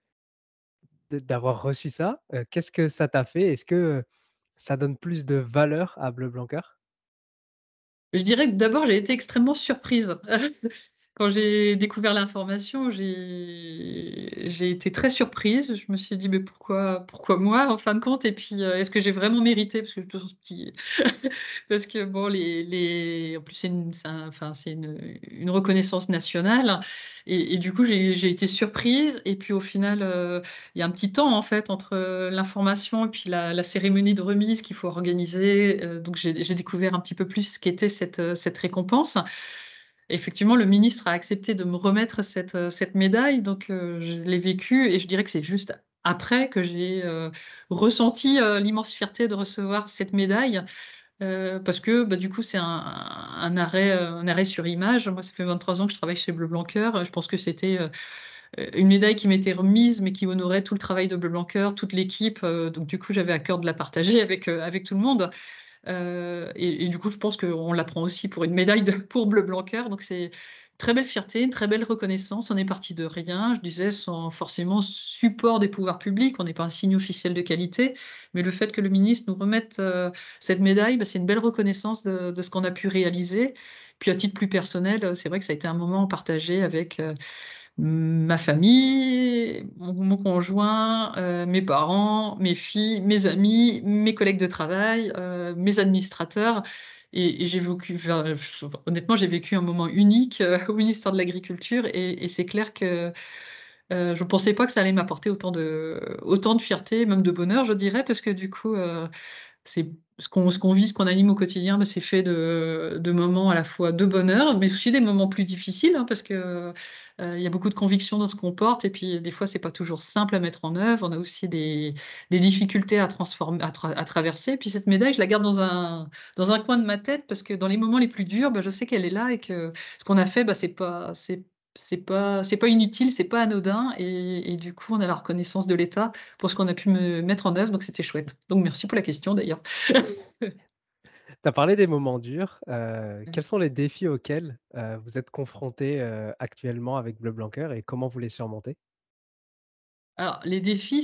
de- d'avoir reçu ça? Euh, qu'est-ce que ça t'a fait? Est-ce que ça donne plus de valeur à Bleu Blanc Cœur? Je dirais que d'abord, j'ai été extrêmement surprise. Quand j'ai découvert l'information, j'ai j'ai été très surprise. Je me suis dit, mais pourquoi, pourquoi moi, en fin de compte? Et puis, euh, est-ce que j'ai vraiment mérité? Parce que je suis toujours petit. Parce que, bon, les, les... en plus, c'est une, c'est un- enfin, c'est une, une reconnaissance nationale. Et, et du coup, j'ai j'ai été surprise. Et puis, au final, euh, il y a un petit temps, en fait, entre l'information et puis la, la cérémonie de remise qu'il faut organiser. Euh, donc, j'ai j'ai découvert un petit peu plus ce qu'était cette, euh, cette récompense. Effectivement, le ministre a accepté de me remettre cette, euh, cette médaille, donc euh, je l'ai vécu et je dirais que c'est juste après que j'ai euh, ressenti euh, l'immense fierté de recevoir cette médaille, euh, parce que bah, du coup c'est un, un arrêt, euh, un arrêt sur image. Moi, ça fait vingt-trois ans que je travaille chez Bleu Blanc Cœur. Je pense que c'était euh, une médaille qui m'était remise, mais qui honorait tout le travail de Bleu Blanc Cœur, toute l'équipe. Euh, donc du coup, j'avais à cœur de la partager avec, euh, avec tout le monde. Euh, et, et du coup, je pense qu'on la prend aussi pour une médaille de, pour Bleu Blanc Cœur. Donc, c'est une très belle fierté, une très belle reconnaissance. On est parti de rien, je disais, sans forcément support des pouvoirs publics. On n'est pas un signe officiel de qualité. Mais le fait que le ministre nous remette euh, cette médaille, bah, c'est une belle reconnaissance de, de ce qu'on a pu réaliser. Puis, à titre plus personnel, c'est vrai que ça a été un moment partagé avec euh, ma famille, mon, mon conjoint, euh, mes parents, mes filles, mes amis, mes collègues de travail, euh, mes administrateurs. Et, et j'ai vécu, enfin, honnêtement, j'ai vécu un moment unique euh, au ministère de l'Agriculture et, et c'est clair que euh, je ne pensais pas que ça allait m'apporter autant de, autant de fierté, même de bonheur, je dirais, parce que du coup, euh, c'est ce qu'on ce qu'on vit, ce qu'on anime au quotidien, bah, c'est fait de, de moments à la fois de bonheur, mais aussi des moments plus difficiles, hein, parce que euh, il y a beaucoup de convictions dans ce qu'on porte, et puis des fois c'est pas toujours simple à mettre en œuvre. On a aussi des, des difficultés à transformer, à, tra- à traverser. Puis cette médaille, je la garde dans un dans un coin de ma tête parce que dans les moments les plus durs, bah, je sais qu'elle est là et que ce qu'on a fait, bah, c'est pas c'est c'est pas c'est pas inutile, c'est pas anodin, et, et du coup on a la reconnaissance de l'État pour ce qu'on a pu me mettre en œuvre, donc c'était chouette. Donc merci pour la question d'ailleurs. Tu as parlé des moments durs. Euh, quels sont les défis auxquels euh, vous êtes confrontés euh, actuellement avec Bleu Blanc Cœur et comment vous les surmontez? Alors les défis,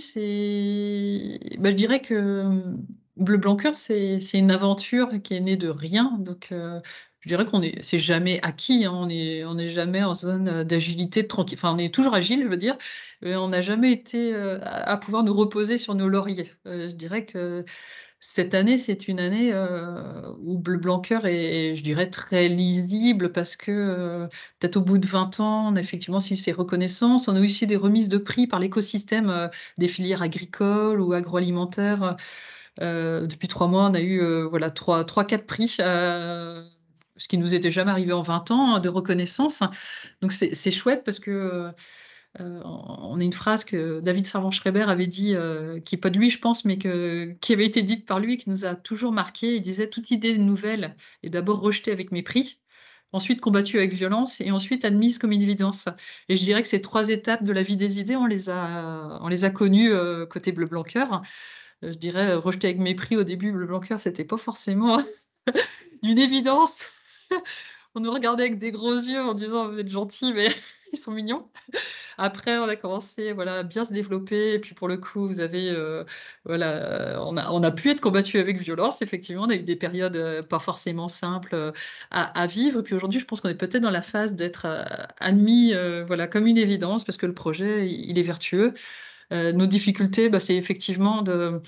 c'est, bah, je dirais que euh, Bleu Blanc Cœur, c'est c'est une aventure qui est née de rien, donc euh, je dirais qu'on est, c'est jamais acquis, hein. On est, on n'est jamais en zone euh, d'agilité, de tranquille. Enfin, on est toujours agile, je veux dire, mais on n'a jamais été euh, à, à pouvoir nous reposer sur nos lauriers. Euh, je dirais que cette année, c'est une année euh, où Bleu Blanc Cœur est, je dirais, très lisible parce que euh, peut-être au bout de vingt ans, on a effectivement eu ces reconnaissances. On a eu aussi des remises de prix par l'écosystème euh, des filières agricoles ou agroalimentaires. Euh, depuis trois mois, on a eu euh, voilà, trois, trois, quatre prix, euh, ce qui nous était jamais arrivé en vingt ans, hein, de reconnaissance. Donc c'est c'est chouette parce que euh, on a une phrase que David Servan-Schreiber avait dit, euh, qui n'est pas de lui, je pense, mais que, qui avait été dite par lui, qui nous a toujours marqué. Il disait: toute idée nouvelle est d'abord rejetée avec mépris, ensuite combattue avec violence et ensuite admise comme une évidence. Et je dirais que ces trois étapes de la vie des idées, on les a, on les a connues euh, côté Bleu Blanc Cœur. Euh, je dirais euh, rejeté avec mépris au début, Bleu Blanc Cœur, c'était pas forcément d'une évidence. On nous regardait avec des gros yeux en disant: vous êtes gentils, mais ils sont mignons. Après, on a commencé voilà, à bien se développer. Et puis, pour le coup, vous avez, euh, voilà, euh, on a, on a pu être combattu avec violence. Effectivement, on a eu des périodes euh, pas forcément simples euh, à, à vivre. Et puis aujourd'hui, je pense qu'on est peut-être dans la phase d'être euh, admis euh, voilà, comme une évidence parce que le projet, il, il est vertueux. Euh, nos difficultés, bah, c'est effectivement de,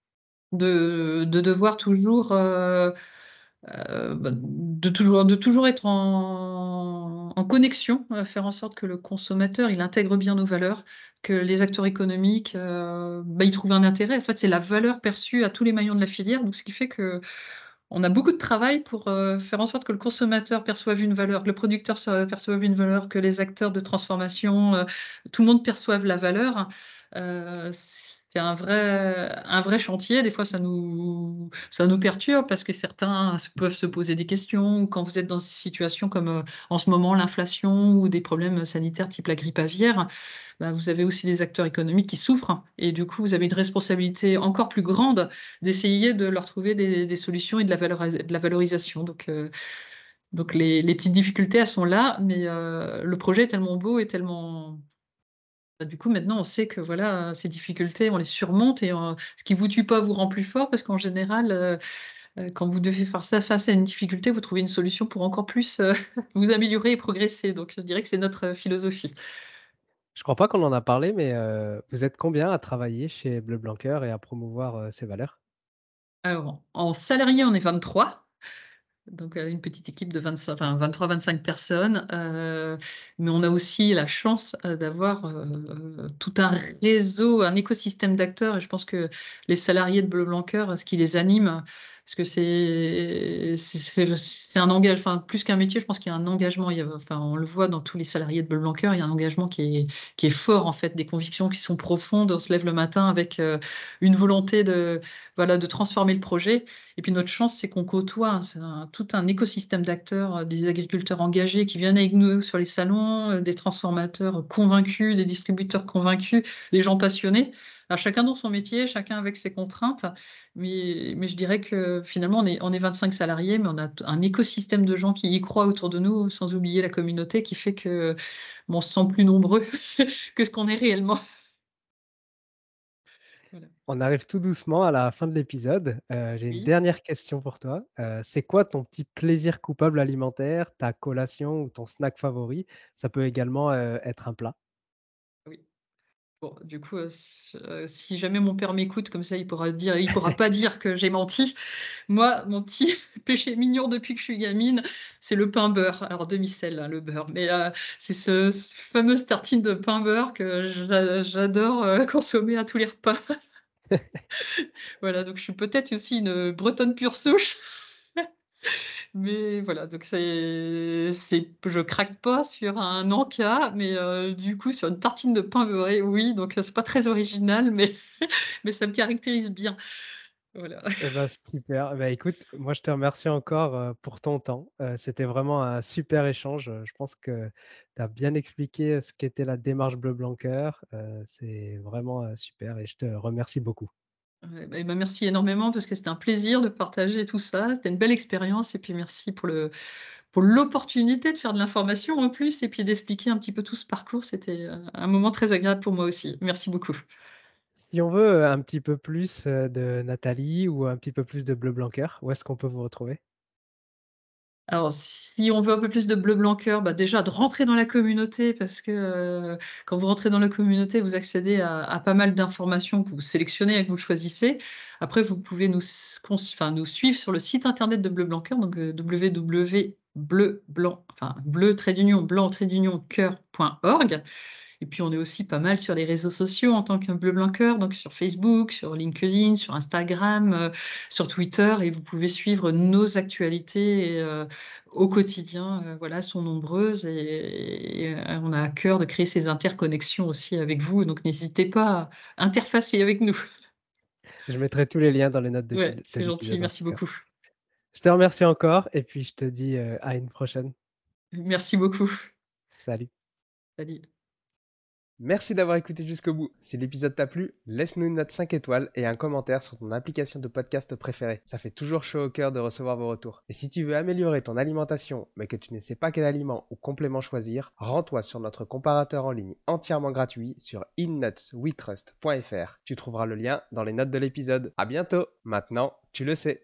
de, de devoir toujours, euh, euh, bah, de toujours, de toujours être en, en connexion, euh, faire en sorte que le consommateur, il intègre bien nos valeurs, que les acteurs économiques, euh, bah, ils trouvent un intérêt. En fait, c'est la valeur perçue à tous les maillons de la filière, donc ce qui fait que on a beaucoup de travail pour euh, faire en sorte que le consommateur perçoive une valeur, que le producteur se- perçoive une valeur, que les acteurs de transformation, euh, tout le monde perçoive la valeur. Euh, c'est un vrai, un vrai chantier. Des fois, ça nous, ça nous perturbe parce que certains se- peuvent se poser des questions. Ou quand vous êtes dans des situations comme euh, en ce moment l'inflation ou des problèmes sanitaires type la grippe aviaire, bah, vous avez aussi des acteurs économiques qui souffrent. Et du coup, vous avez une responsabilité encore plus grande d'essayer de leur trouver des, des solutions et de la, valori- de la valorisation. Donc, euh, donc les, les petites difficultés, elles sont là, mais euh, le projet est tellement beau et tellement... Bah, du coup, maintenant, on sait que voilà, ces difficultés, on les surmonte et euh, ce qui vous tue pas vous rend plus fort parce qu'en général, euh, euh, quand vous devez faire ça face à une difficulté, vous trouvez une solution pour encore plus euh, vous améliorer et progresser. Donc, je dirais que c'est notre euh, philosophie. Je crois pas qu'on en a parlé, mais euh, vous êtes combien à travailler chez Bleu Blanc Cœur et à promouvoir euh, ces valeurs? Alors, en salarié, on est vingt-trois. Donc, euh, une petite équipe de vingt-cinq, enfin, vingt-trois vingt-cinq personnes. Euh, mais on a aussi la chance euh, d'avoir euh, tout un réseau, un écosystème d'acteurs. Et je pense que les salariés de Bleu Blanc Cœur, ce qui les anime, parce que c'est c'est c'est- c'est un engagement, enfin, plus qu'un métier, je pense qu'il y a un engagement. Il y a- enfin, on le voit dans tous les salariés de Bleu Blanc Cœur, il y a un engagement qui est, qui est fort, en fait, des convictions qui sont profondes. On se lève le matin avec euh, une volonté de, voilà, de transformer le projet. Et puis notre chance, c'est qu'on côtoie hein, c'est un- tout un écosystème d'acteurs, euh, des agriculteurs engagés qui viennent avec nous sur les salons, euh, des transformateurs convaincus, des distributeurs convaincus, des gens passionnés. Alors, chacun dans son métier, chacun avec ses contraintes. Mais, mais je dirais que finalement, on est, on est vingt-cinq salariés, mais on a t- un écosystème de gens qui y croient autour de nous, sans oublier la communauté, qui fait que bon, on se sent plus nombreux que ce qu'on est réellement. Voilà. On arrive tout doucement à la fin de l'épisode. Euh, j'ai une Oui. dernière question pour toi. Euh, c'est quoi ton petit plaisir coupable alimentaire, ta collation ou ton snack favori? Ça peut également euh, être un plat. Oui. Bon, du coup, euh, si euh, si jamais mon père m'écoute, comme ça, il pourra dire, il pourra pas dire que j'ai menti. Moi, mon petit péché mignon depuis que je suis gamine, c'est le pain beurre. Alors demi-sel, hein, le beurre, mais euh, c'est ce, ce fameuse tartine de pain beurre que j'a- j'adore euh, consommer à tous les repas. Voilà, donc je suis peut-être aussi une Bretonne pure souche. Mais voilà, donc c'est, c'est, je craque pas sur un encas, mais euh, du coup sur une tartine de pain beurré, oui. Donc euh, c'est pas très original, mais mais ça me caractérise bien. Voilà. Eh ben, super. Eh ben, écoute, moi je te remercie encore euh, pour ton temps. Euh, c'était vraiment un super échange. Euh, Je pense que tu as bien expliqué euh, ce qu'était la démarche Bleu Blanc Cœur. Euh, c'est vraiment euh, super et je te remercie beaucoup. Ouais, bah, bah, merci énormément parce que c'était un plaisir de partager tout ça. C'était une belle expérience et puis merci pour le pour l'opportunité de faire de l'information en plus et puis d'expliquer un petit peu tout ce parcours. C'était euh, un moment très agréable pour moi aussi. Merci beaucoup. Si on veut euh, un petit peu plus euh, de Nathalie ou un petit peu plus de Bleu Blanc Cœur, où est-ce qu'on peut vous retrouver? Alors, si on veut un peu plus de bleu blanc cœur, bah déjà de rentrer dans la communauté parce que euh, quand vous rentrez dans la communauté, vous accédez à, à pas mal d'informations que vous sélectionnez et que vous choisissez. Après, vous pouvez nous, cons- enfin, nous suivre sur le site internet de Bleu Blanc Cœur, donc euh, w w w point bleu blanc, enfin bleu trait d'union blanc trait d'union cœur point org. Et puis, on est aussi pas mal sur les réseaux sociaux en tant que Bleu Blanc Cœur, donc sur Facebook, sur LinkedIn, sur Instagram, euh, sur Twitter, et vous pouvez suivre nos actualités euh, au quotidien. Euh, voilà, sont nombreuses et, et, euh, on a à cœur de créer ces interconnexions aussi avec vous. Donc, n'hésitez pas à interfacer avec nous. Je mettrai tous les liens dans les notes de, Ouais, de c'est l'épisode, gentil, en merci tout cas. beaucoup. Je te remercie encore et puis je te dis euh, à une prochaine. Merci beaucoup. Salut. Salut. Merci d'avoir écouté jusqu'au bout. Si l'épisode t'a plu, laisse-nous une note cinq étoiles et un commentaire sur ton application de podcast préférée. Ça fait toujours chaud au cœur de recevoir vos retours. Et si tu veux améliorer ton alimentation, mais que tu ne sais pas quel aliment ou complément choisir, rends-toi sur notre comparateur en ligne entièrement gratuit sur in nuts we trust point f r. Tu trouveras le lien dans les notes de l'épisode. À bientôt. Maintenant, tu le sais.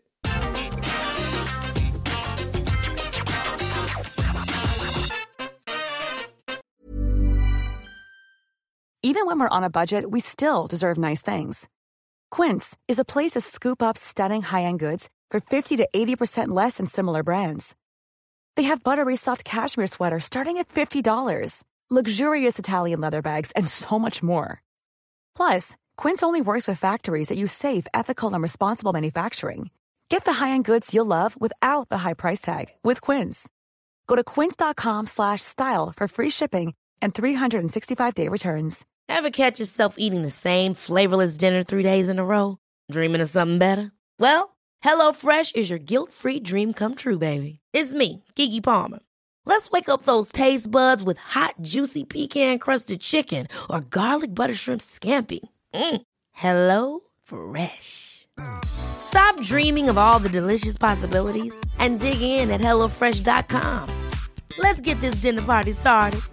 Even when we're on a budget, we still deserve nice things. Quince is a place to scoop up stunning high-end goods for fifty to eighty percent less than similar brands. They have buttery soft cashmere sweaters starting at fifty dollars, luxurious Italian leather bags, and so much more. Plus, Quince only works with factories that use safe, ethical, and responsible manufacturing. Get the high-end goods you'll love without the high price tag with Quince. Go to quince.com slash style for free shipping and three sixty-five day returns. Ever catch yourself eating the same flavorless dinner three days in a row? Dreaming of something better? Well, HelloFresh is your guilt-free dream come true, baby. It's me, Keke Palmer. Let's wake up those taste buds with hot, juicy pecan-crusted chicken or garlic butter shrimp scampi. Mm. Hello Fresh. Stop dreaming of all the delicious possibilities and dig in at hello fresh dot com. Let's get this dinner party started.